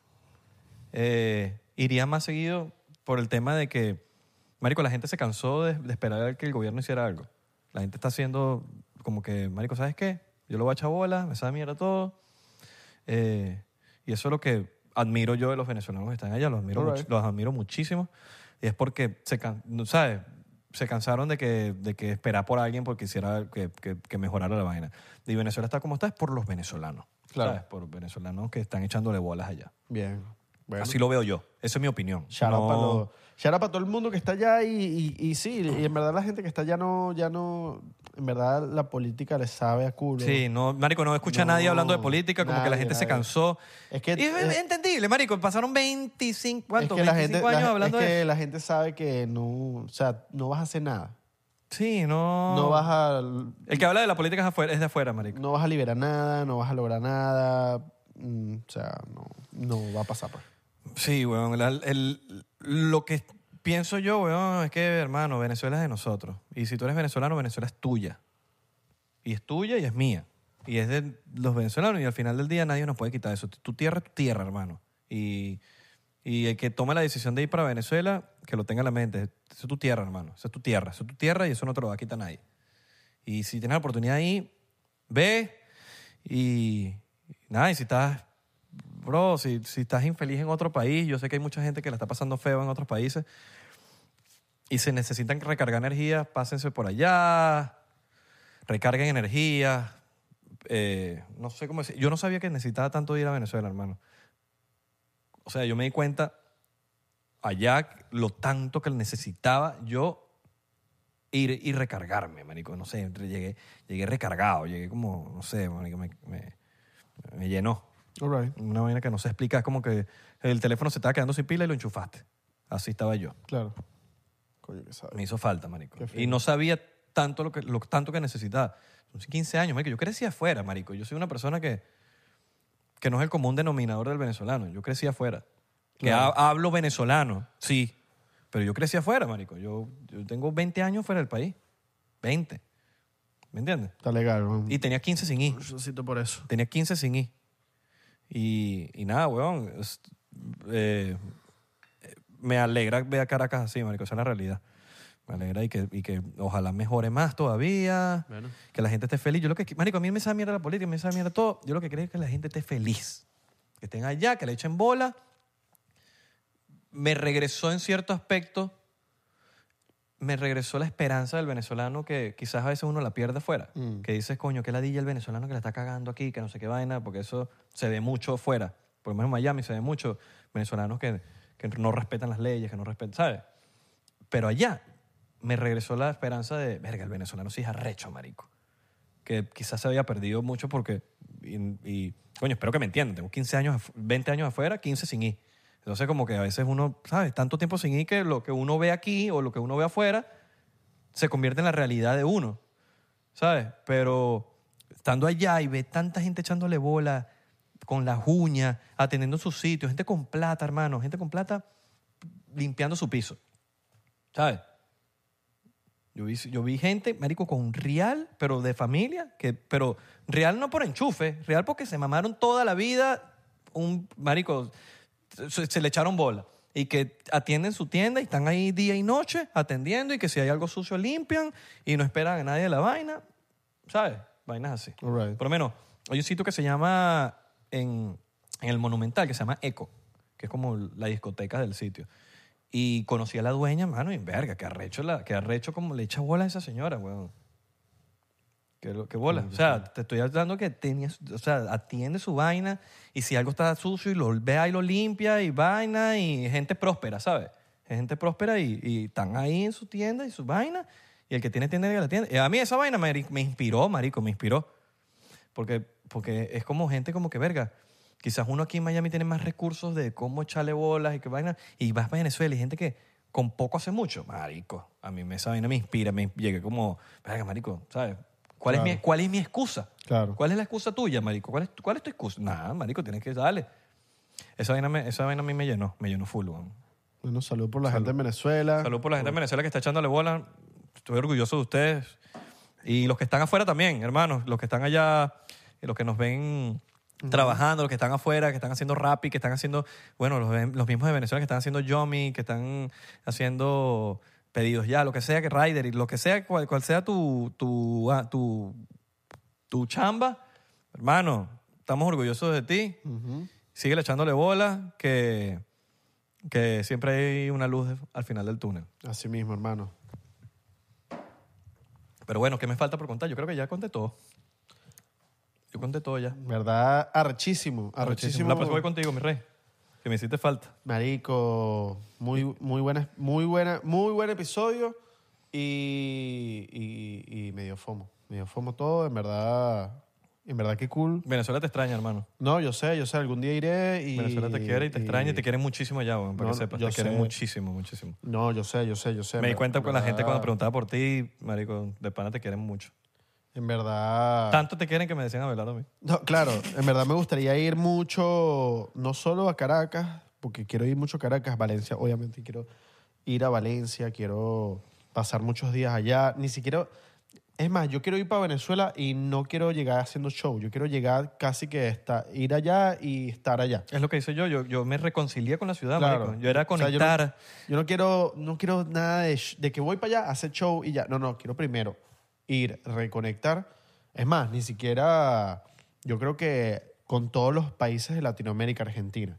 Iría más seguido por el tema de que, marico, la gente se cansó de esperar a que el gobierno hiciera algo. La gente está haciendo como que, marico, ¿sabes qué? Yo lo voy a echar bola, me sabe mierda todo. Y eso es lo que admiro yo de los venezolanos que están allá. Los admiro muchísimo. Y es porque ¿sabes? Se cansaron de que esperar por alguien porque quisiera que mejorara la vaina. Y Venezuela está como está es por los venezolanos. Claro. ¿Sabes? Por venezolanos que están echándole bolas allá. Bien. Bueno. Así lo veo yo. Esa es mi opinión. Shout out No- para todo el mundo que está allá y sí, y en verdad la gente que está allá ya no, en verdad la política le sabe a culo. Sí, no, marico, no escucha a nadie hablando de política, como que la nadie, gente se nadie. cansó. Es que Y es entendible, marico, pasaron 25 años hablando es de que eso. la gente sabe que no, o sea, no vas a hacer nada. Sí, no. No vas a El que habla de la política es de afuera, marico. no vas a liberar nada, no vas a lograr nada, o sea, no va a pasar pues. Sí, weón. Lo que pienso yo, weón, es que, hermano, Venezuela es de nosotros. Y si tú eres venezolano, Venezuela es tuya. Y es tuya y es mía. Y es de los venezolanos y al final del día nadie nos puede quitar eso. Tu tierra es tu tierra, hermano. Y el que tome la decisión de ir para Venezuela, que lo tenga en la mente. Esa es tu tierra, hermano. Esa es tu tierra. Esa es tu tierra y eso no te lo va a quitar nadie. Y si tienes la oportunidad ahí, ve y nada, y si estás... Bro, si estás infeliz en otro país, yo sé que hay mucha gente que la está pasando feo en otros países y se necesitan recargar energía, pásense por allá, recarguen energía. No sé cómo decir. Yo no sabía que necesitaba tanto ir a Venezuela, hermano. O sea, yo me di cuenta allá lo tanto que necesitaba yo ir y recargarme, marico. No sé, llegué recargado, llegué como, no sé, marico, me llenó. All right. Una vaina que no se explica, es como que el teléfono se estaba quedando sin pila y lo enchufaste. Así estaba yo. Claro. Coño, que sabe. Me hizo falta, marico. Qué fino. Y no sabía tanto tanto que necesitaba. Son 15 años, marico. Yo crecí afuera, marico. Yo soy una persona que no es el común denominador del venezolano. Yo crecí afuera. Claro. Que hablo venezolano, sí. Pero yo crecí afuera, marico. Yo tengo 20 años fuera del país. 20. ¿Me entiendes? Está legal. Y tenía 15 sin ir. Necesito por eso. Tenía 15 sin ir. Y nada, weón. Me alegra ver a Caracas así, marico. Esa es la realidad. Me alegra y que ojalá mejore más todavía. Bueno. Que la gente esté feliz. Yo lo que... Marico, a mí me sabe mierda la política, me sabe mierda todo. Yo lo que creo es que la gente esté feliz. Que estén allá, que le echen bola. Me regresó en cierto aspecto, me regresó la esperanza del venezolano que quizás a veces uno la pierde afuera. Que dices, coño, qué ladilla el venezolano que la está cagando aquí, que no sé qué vaina, porque eso se ve mucho afuera. Por lo menos en Miami se ve mucho venezolanos que no respetan las leyes, que no respetan, ¿sabes? Pero allá me regresó la esperanza de, verga, el venezolano sí es arrecho, marico. Que quizás se había perdido mucho porque, coño, espero que me entiendan. Tengo 15 años, 20 años afuera, 15 sin ir. Entonces, como que a veces uno, ¿sabes? Tanto tiempo sin ir que lo que uno ve aquí o lo que uno ve afuera se convierte en la realidad de uno, ¿sabes? Pero estando allá y ve tanta gente echándole bola con las uñas, atendiendo sus sitios, gente con plata, hermano, gente con plata limpiando su piso, ¿sabes? Yo vi gente, marico, con real, pero de familia, pero real no por enchufe, real porque se mamaron toda la vida marico, se le echaron bola. Y que atienden su tienda y están ahí día y noche atendiendo y que si hay algo sucio limpian y no esperan a nadie de la vaina, ¿sabes? Vainas así. All right. Por lo menos, hay un sitio que se llama, en el Monumental, que se llama Eco, que es como la discoteca del sitio. Y conocí a la dueña, mano, y verga, que arrecho como le echa bola a esa señora, weón. ¿Qué bola? O sea, te estoy hablando que atiende su vaina y si algo está sucio y lo vea y lo limpia y vaina y gente próspera, ¿sabes? Es gente próspera y están ahí en su tienda y su vaina y el que tiene tienda que la tienda. Y a mí esa vaina me inspiró, marico, me inspiró. Porque es como gente como que, verga, quizás uno aquí en Miami tiene más recursos de cómo echarle bolas y qué vaina y vas a Venezuela y gente que con poco hace mucho, marico. A mí esa vaina me inspira, me llegué como, verga, marico, ¿sabes? ¿Cuál es mi excusa? Claro. ¿Cuál es la excusa tuya, marico? ¿Cuál es tu excusa? Nada, marico, tienes que darle. Esa vaina a mí me llenó full, weón. Bueno, salud por la gente en Venezuela. Salud por la gente en Venezuela que está echándole bola. Estoy orgulloso de ustedes. Y los que están afuera también, hermanos. Los que están allá, los que nos ven trabajando, los que están afuera, que están haciendo Rappi, que están haciendo, bueno, los mismos de Venezuela que están haciendo Yomi, que están haciendo pedidos ya, lo que sea que Rider y lo que sea, cual sea tu chamba, hermano, estamos orgullosos de ti. Sigue echándole bola, que siempre hay una luz al final del túnel. Así mismo, hermano. Pero bueno, ¿qué me falta por contar? Yo creo que ya conté todo. Yo conté todo ya. ¿Verdad? Arrechísimo. La próxima voy contigo, mi rey. Que me hiciste falta. Marico, muy buen episodio y me dio fomo. Me dio fomo todo, en verdad qué cool. Venezuela te extraña, hermano. No, yo sé, algún día iré y... Venezuela te quiere y te extraña y te quiere muchísimo allá, weón, para No, que sepas. yo Te quiere sé. muchísimo, muchísimo. No, yo sé. Me di cuenta con la gente cuando verdad- preguntaba por ti, marico, de pana te quieren mucho. En verdad... Tanto te quieren que me decían Abelardo a mí. No, claro, en verdad me gustaría ir mucho, no solo a Caracas, porque quiero ir mucho a Caracas, Valencia, obviamente quiero ir a Valencia, quiero pasar muchos días allá, ni siquiera... Es más, yo quiero ir para Venezuela y no quiero llegar haciendo show, yo quiero llegar casi que ir allá y estar allá. Es lo que hice yo. Yo me reconcilié con la ciudad, Claro. marico. Yo era O sea, conectar. yo no quiero nada de que voy para allá, hacer show y ya. No, quiero primero ir, reconectar. Es más, ni siquiera, yo creo que con todos los países de Latinoamérica, Argentina,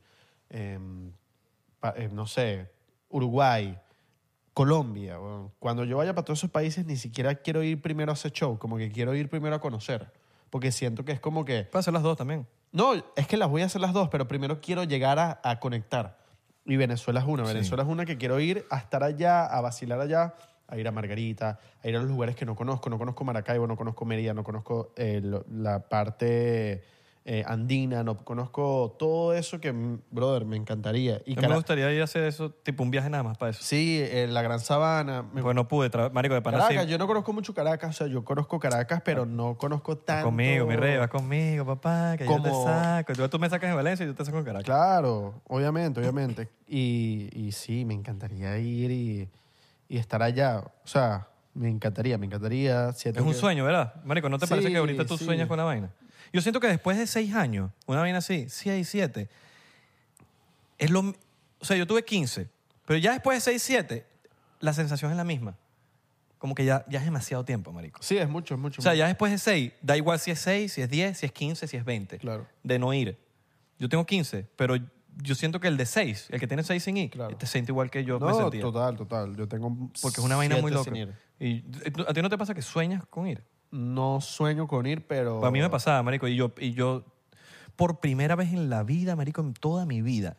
no sé, Uruguay, Colombia. Bueno, cuando yo vaya para todos esos países, ni siquiera quiero ir primero a hacer show, como que quiero ir primero a conocer. Porque siento que es como que... Puedo hacer las dos también. No, es que las voy a hacer las dos, pero primero quiero llegar a conectar. Y Venezuela es una. Sí. Venezuela es una que quiero ir a estar allá, a vacilar allá, a ir a Margarita, a ir a los lugares que no conozco. No conozco Maracaibo, no conozco Mérida, no conozco la parte andina, no conozco todo eso que, brother, me encantaría. Y A mí me gustaría ir a hacer eso, tipo un viaje nada más para eso. Sí, la Gran Sabana. Pues no pude, marico, de pana Caracas, sí. yo no conozco mucho Caracas, o sea, yo conozco Caracas, pero no conozco Vas tanto. conmigo, mi rey, vas conmigo, papá, que yo te Como- saco. Tú me sacas en Valencia y yo te saco en Caracas. Claro, obviamente. Y sí, me encantaría ir y estar allá. O sea, me encantaría. Es un sueño, ¿verdad? Marico, ¿no te parece Sí, que ahorita tú sí. sueñas con la vaina? Yo siento que después de 6 años, una vaina así, 6, 7, es lo... O sea, yo tuve 15, pero ya después de 6, 7, la sensación es la misma. Como que ya es demasiado tiempo, marico. Sí, es mucho. O sea, ya después de 6, da igual si es 6, si es 10, si es 15, si es 20. Claro. De no ir. Yo tengo 15, pero yo siento que el de 6, el que tiene 6 sin ir, Claro. te siente igual que yo me No, sentía. total. Yo tengo Porque es una vaina muy 7 loca. sin ir. Y ¿a ti no te pasa que sueñas con ir? No sueño con ir, pero... Pues a mí me pasaba, marico, y yo por primera vez en la vida, marico, en toda mi vida,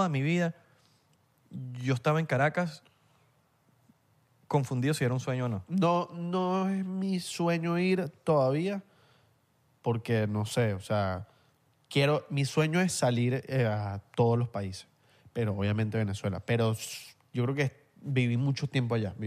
yo estaba en Caracas confundido si era un sueño o no. No es mi sueño ir todavía porque, no sé, o sea, mi sueño es salir a todos los países, pero obviamente Venezuela. Pero yo creo que viví mucho tiempo allá,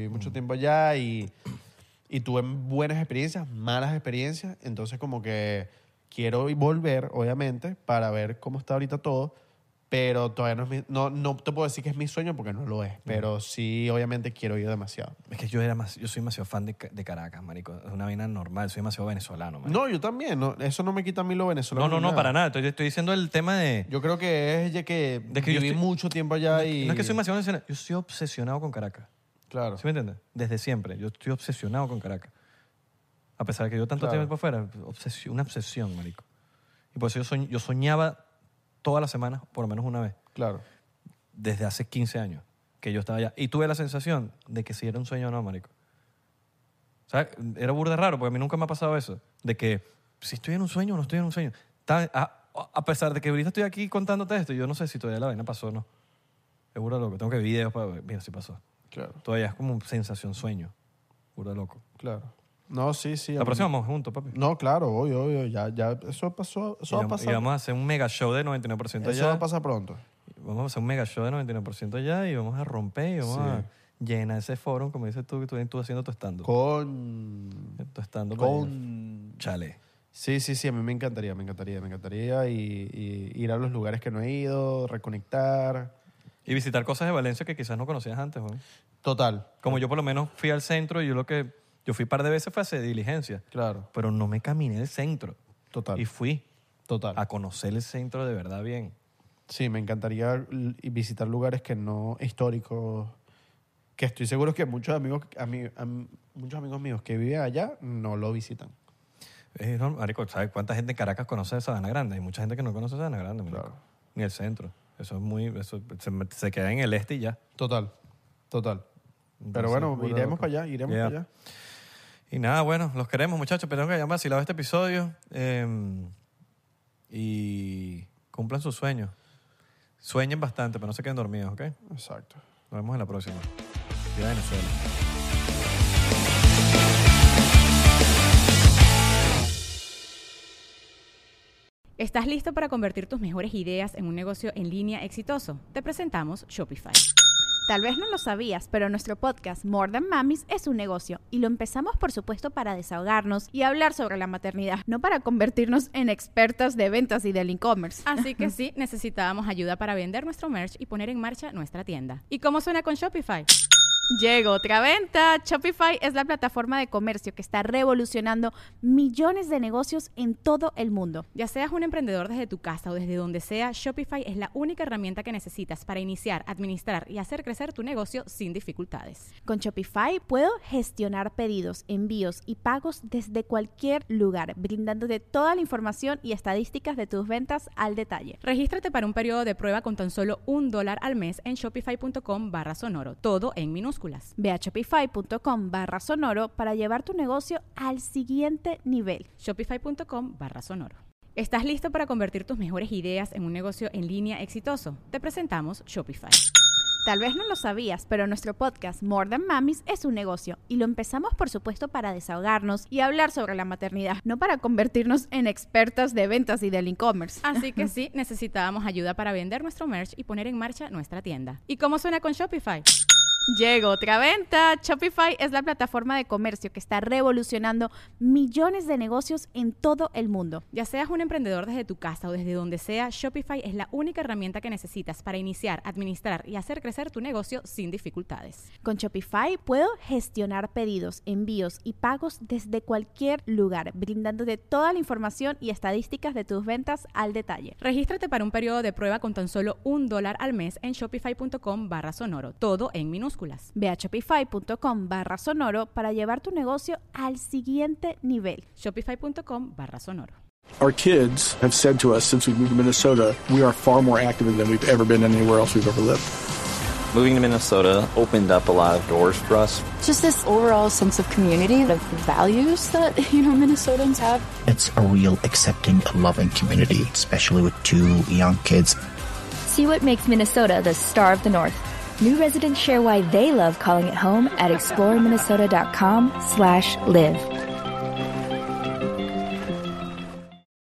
y tuve buenas experiencias, malas experiencias, entonces como que quiero volver, obviamente, para ver cómo está ahorita todo, pero todavía no te puedo decir que es mi sueño porque no lo es, pero sí, obviamente quiero ir demasiado. Es que yo soy demasiado fan de Caracas, marico. Es una vaina normal, soy demasiado venezolano, marico. No, yo también, eso no me quita a mí lo venezolano. No, ni nada. para nada. Estoy diciendo el tema de... Yo creo que es ya que De que yo viví estoy- mucho tiempo allá y... No es que soy demasiado venezolano, yo soy obsesionado con Caracas. Claro. ¿Sí me entiendes? Desde siempre. Yo estoy obsesionado con Caracas. A pesar de que yo tanto Claro. tiempo afuera, una obsesión, marico. Y por eso yo soñaba todas las semanas, por lo menos una vez, Claro. desde hace 15 años, que yo estaba allá. Y tuve la sensación de que si era un sueño o no, marico. O sea, era burda raro, porque a mí nunca me ha pasado eso. De que si estoy en un sueño o no estoy en un sueño. A pesar de que ahorita estoy aquí contándote esto, yo no sé si todavía la vaina pasó o no. Es burda loco. Tengo que ver videos para ver. Mira si pasó. Claro. Todavía es como sensación sueño. Burda loco. Claro. No, sí. La próxima vamos juntos, papi. No, claro, obvio. Ya, eso pasó. Eso va a Y pasar. vamos a hacer un mega show de 99% Eso va allá. a pasar pronto. Vamos a hacer un mega show de 99% allá y vamos a romper y vamos Sí. a llenar ese foro, como dices tú, que tú haciendo tu stand-up. Tu stand-up allá. Chale. Sí, a mí me encantaría y ir a los lugares que no he ido, reconectar. Y visitar cosas de Valencia que quizás no conocías antes, ¿no? Total. Como yo por lo menos fui al centro y yo fui un par de veces fue a hacer diligencia, Claro. pero no me caminé el centro. Total. Y fui Total. a conocer el centro de verdad bien. Sí, me encantaría visitar lugares que no históricos, que estoy seguro que muchos amigos míos que viven allá no lo visitan. No, marico, ¿sabes cuánta gente en Caracas conoce Sabana Grande? Hay mucha gente que no conoce Sabana Grande, marico. Claro. Ni el centro. Eso se queda en el este y ya. Total. Pero Entonces, bueno, burda iremos loco. para allá, Yeah. para allá. Y nada, bueno, los queremos, muchachos. Pero que hayan vacilado este episodio. Y cumplan sus sueños. Sueñen bastante, pero no se queden dormidos, ¿ok? Exacto. Nos vemos en la próxima. Viva Venezuela. ¿Estás listo para convertir tus mejores ideas en un negocio en línea exitoso? Te presentamos Shopify. Tal vez no lo sabías, pero nuestro podcast More Than Mamis es un negocio y lo empezamos por supuesto para desahogarnos y hablar sobre la maternidad, no para convertirnos en expertas de ventas y del e-commerce. Así que sí, necesitábamos ayuda para vender nuestro merch y poner en marcha nuestra tienda. ¿Y cómo suena con Shopify? Llegó otra venta. Shopify es la plataforma de comercio que está revolucionando millones de negocios en todo el mundo. Ya seas un emprendedor desde tu casa o desde donde sea, Shopify es la única herramienta que necesitas para iniciar, administrar y hacer crecer tu negocio sin dificultades. Con Shopify puedo gestionar pedidos, envíos y pagos desde cualquier lugar, brindándote toda la información y estadísticas de tus ventas al detalle. Regístrate para un periodo de prueba con tan solo $1 al mes en shopify.com/sonoro, todo en minúsculas. Ve a shopify.com/sonoro para llevar tu negocio al siguiente nivel. Shopify.com/sonoro. ¿Estás listo para convertir tus mejores ideas en un negocio en línea exitoso? Te presentamos Shopify. Tal vez no lo sabías, pero nuestro podcast More Than Mamis es un negocio y lo empezamos por supuesto para desahogarnos y hablar sobre la maternidad, no para convertirnos en expertas de ventas y del e-commerce. Así que sí, necesitábamos ayuda para vender nuestro merch y poner en marcha nuestra tienda. ¿Y cómo suena con Shopify? Llegó otra venta. Shopify es la plataforma de comercio que está revolucionando millones de negocios en todo el mundo. Ya seas un emprendedor desde tu casa o desde donde sea, Shopify es la única herramienta que necesitas para iniciar, administrar y hacer crecer tu negocio sin dificultades. Con Shopify puedo gestionar pedidos, envíos y pagos desde cualquier lugar, brindándote toda la información y estadísticas de tus ventas al detalle. Regístrate para un periodo de prueba con tan solo $1 al mes en shopify.com/sonoro, todo en minúsculas. Ve a shopify.com/sonoro para llevar tu negocio al siguiente nivel. Shopify.com/sonoro. Our kids have said to us since we moved to Minnesota, we are far more active than we've ever been anywhere else we've ever lived. Moving to Minnesota opened up a lot of doors for us. Just this overall sense of community, of values that, Minnesotans have. It's a real accepting, loving community, especially with 2 young kids. See what makes Minnesota the star of the North. New residents share why they love calling it home at exploreminnesota.com/live.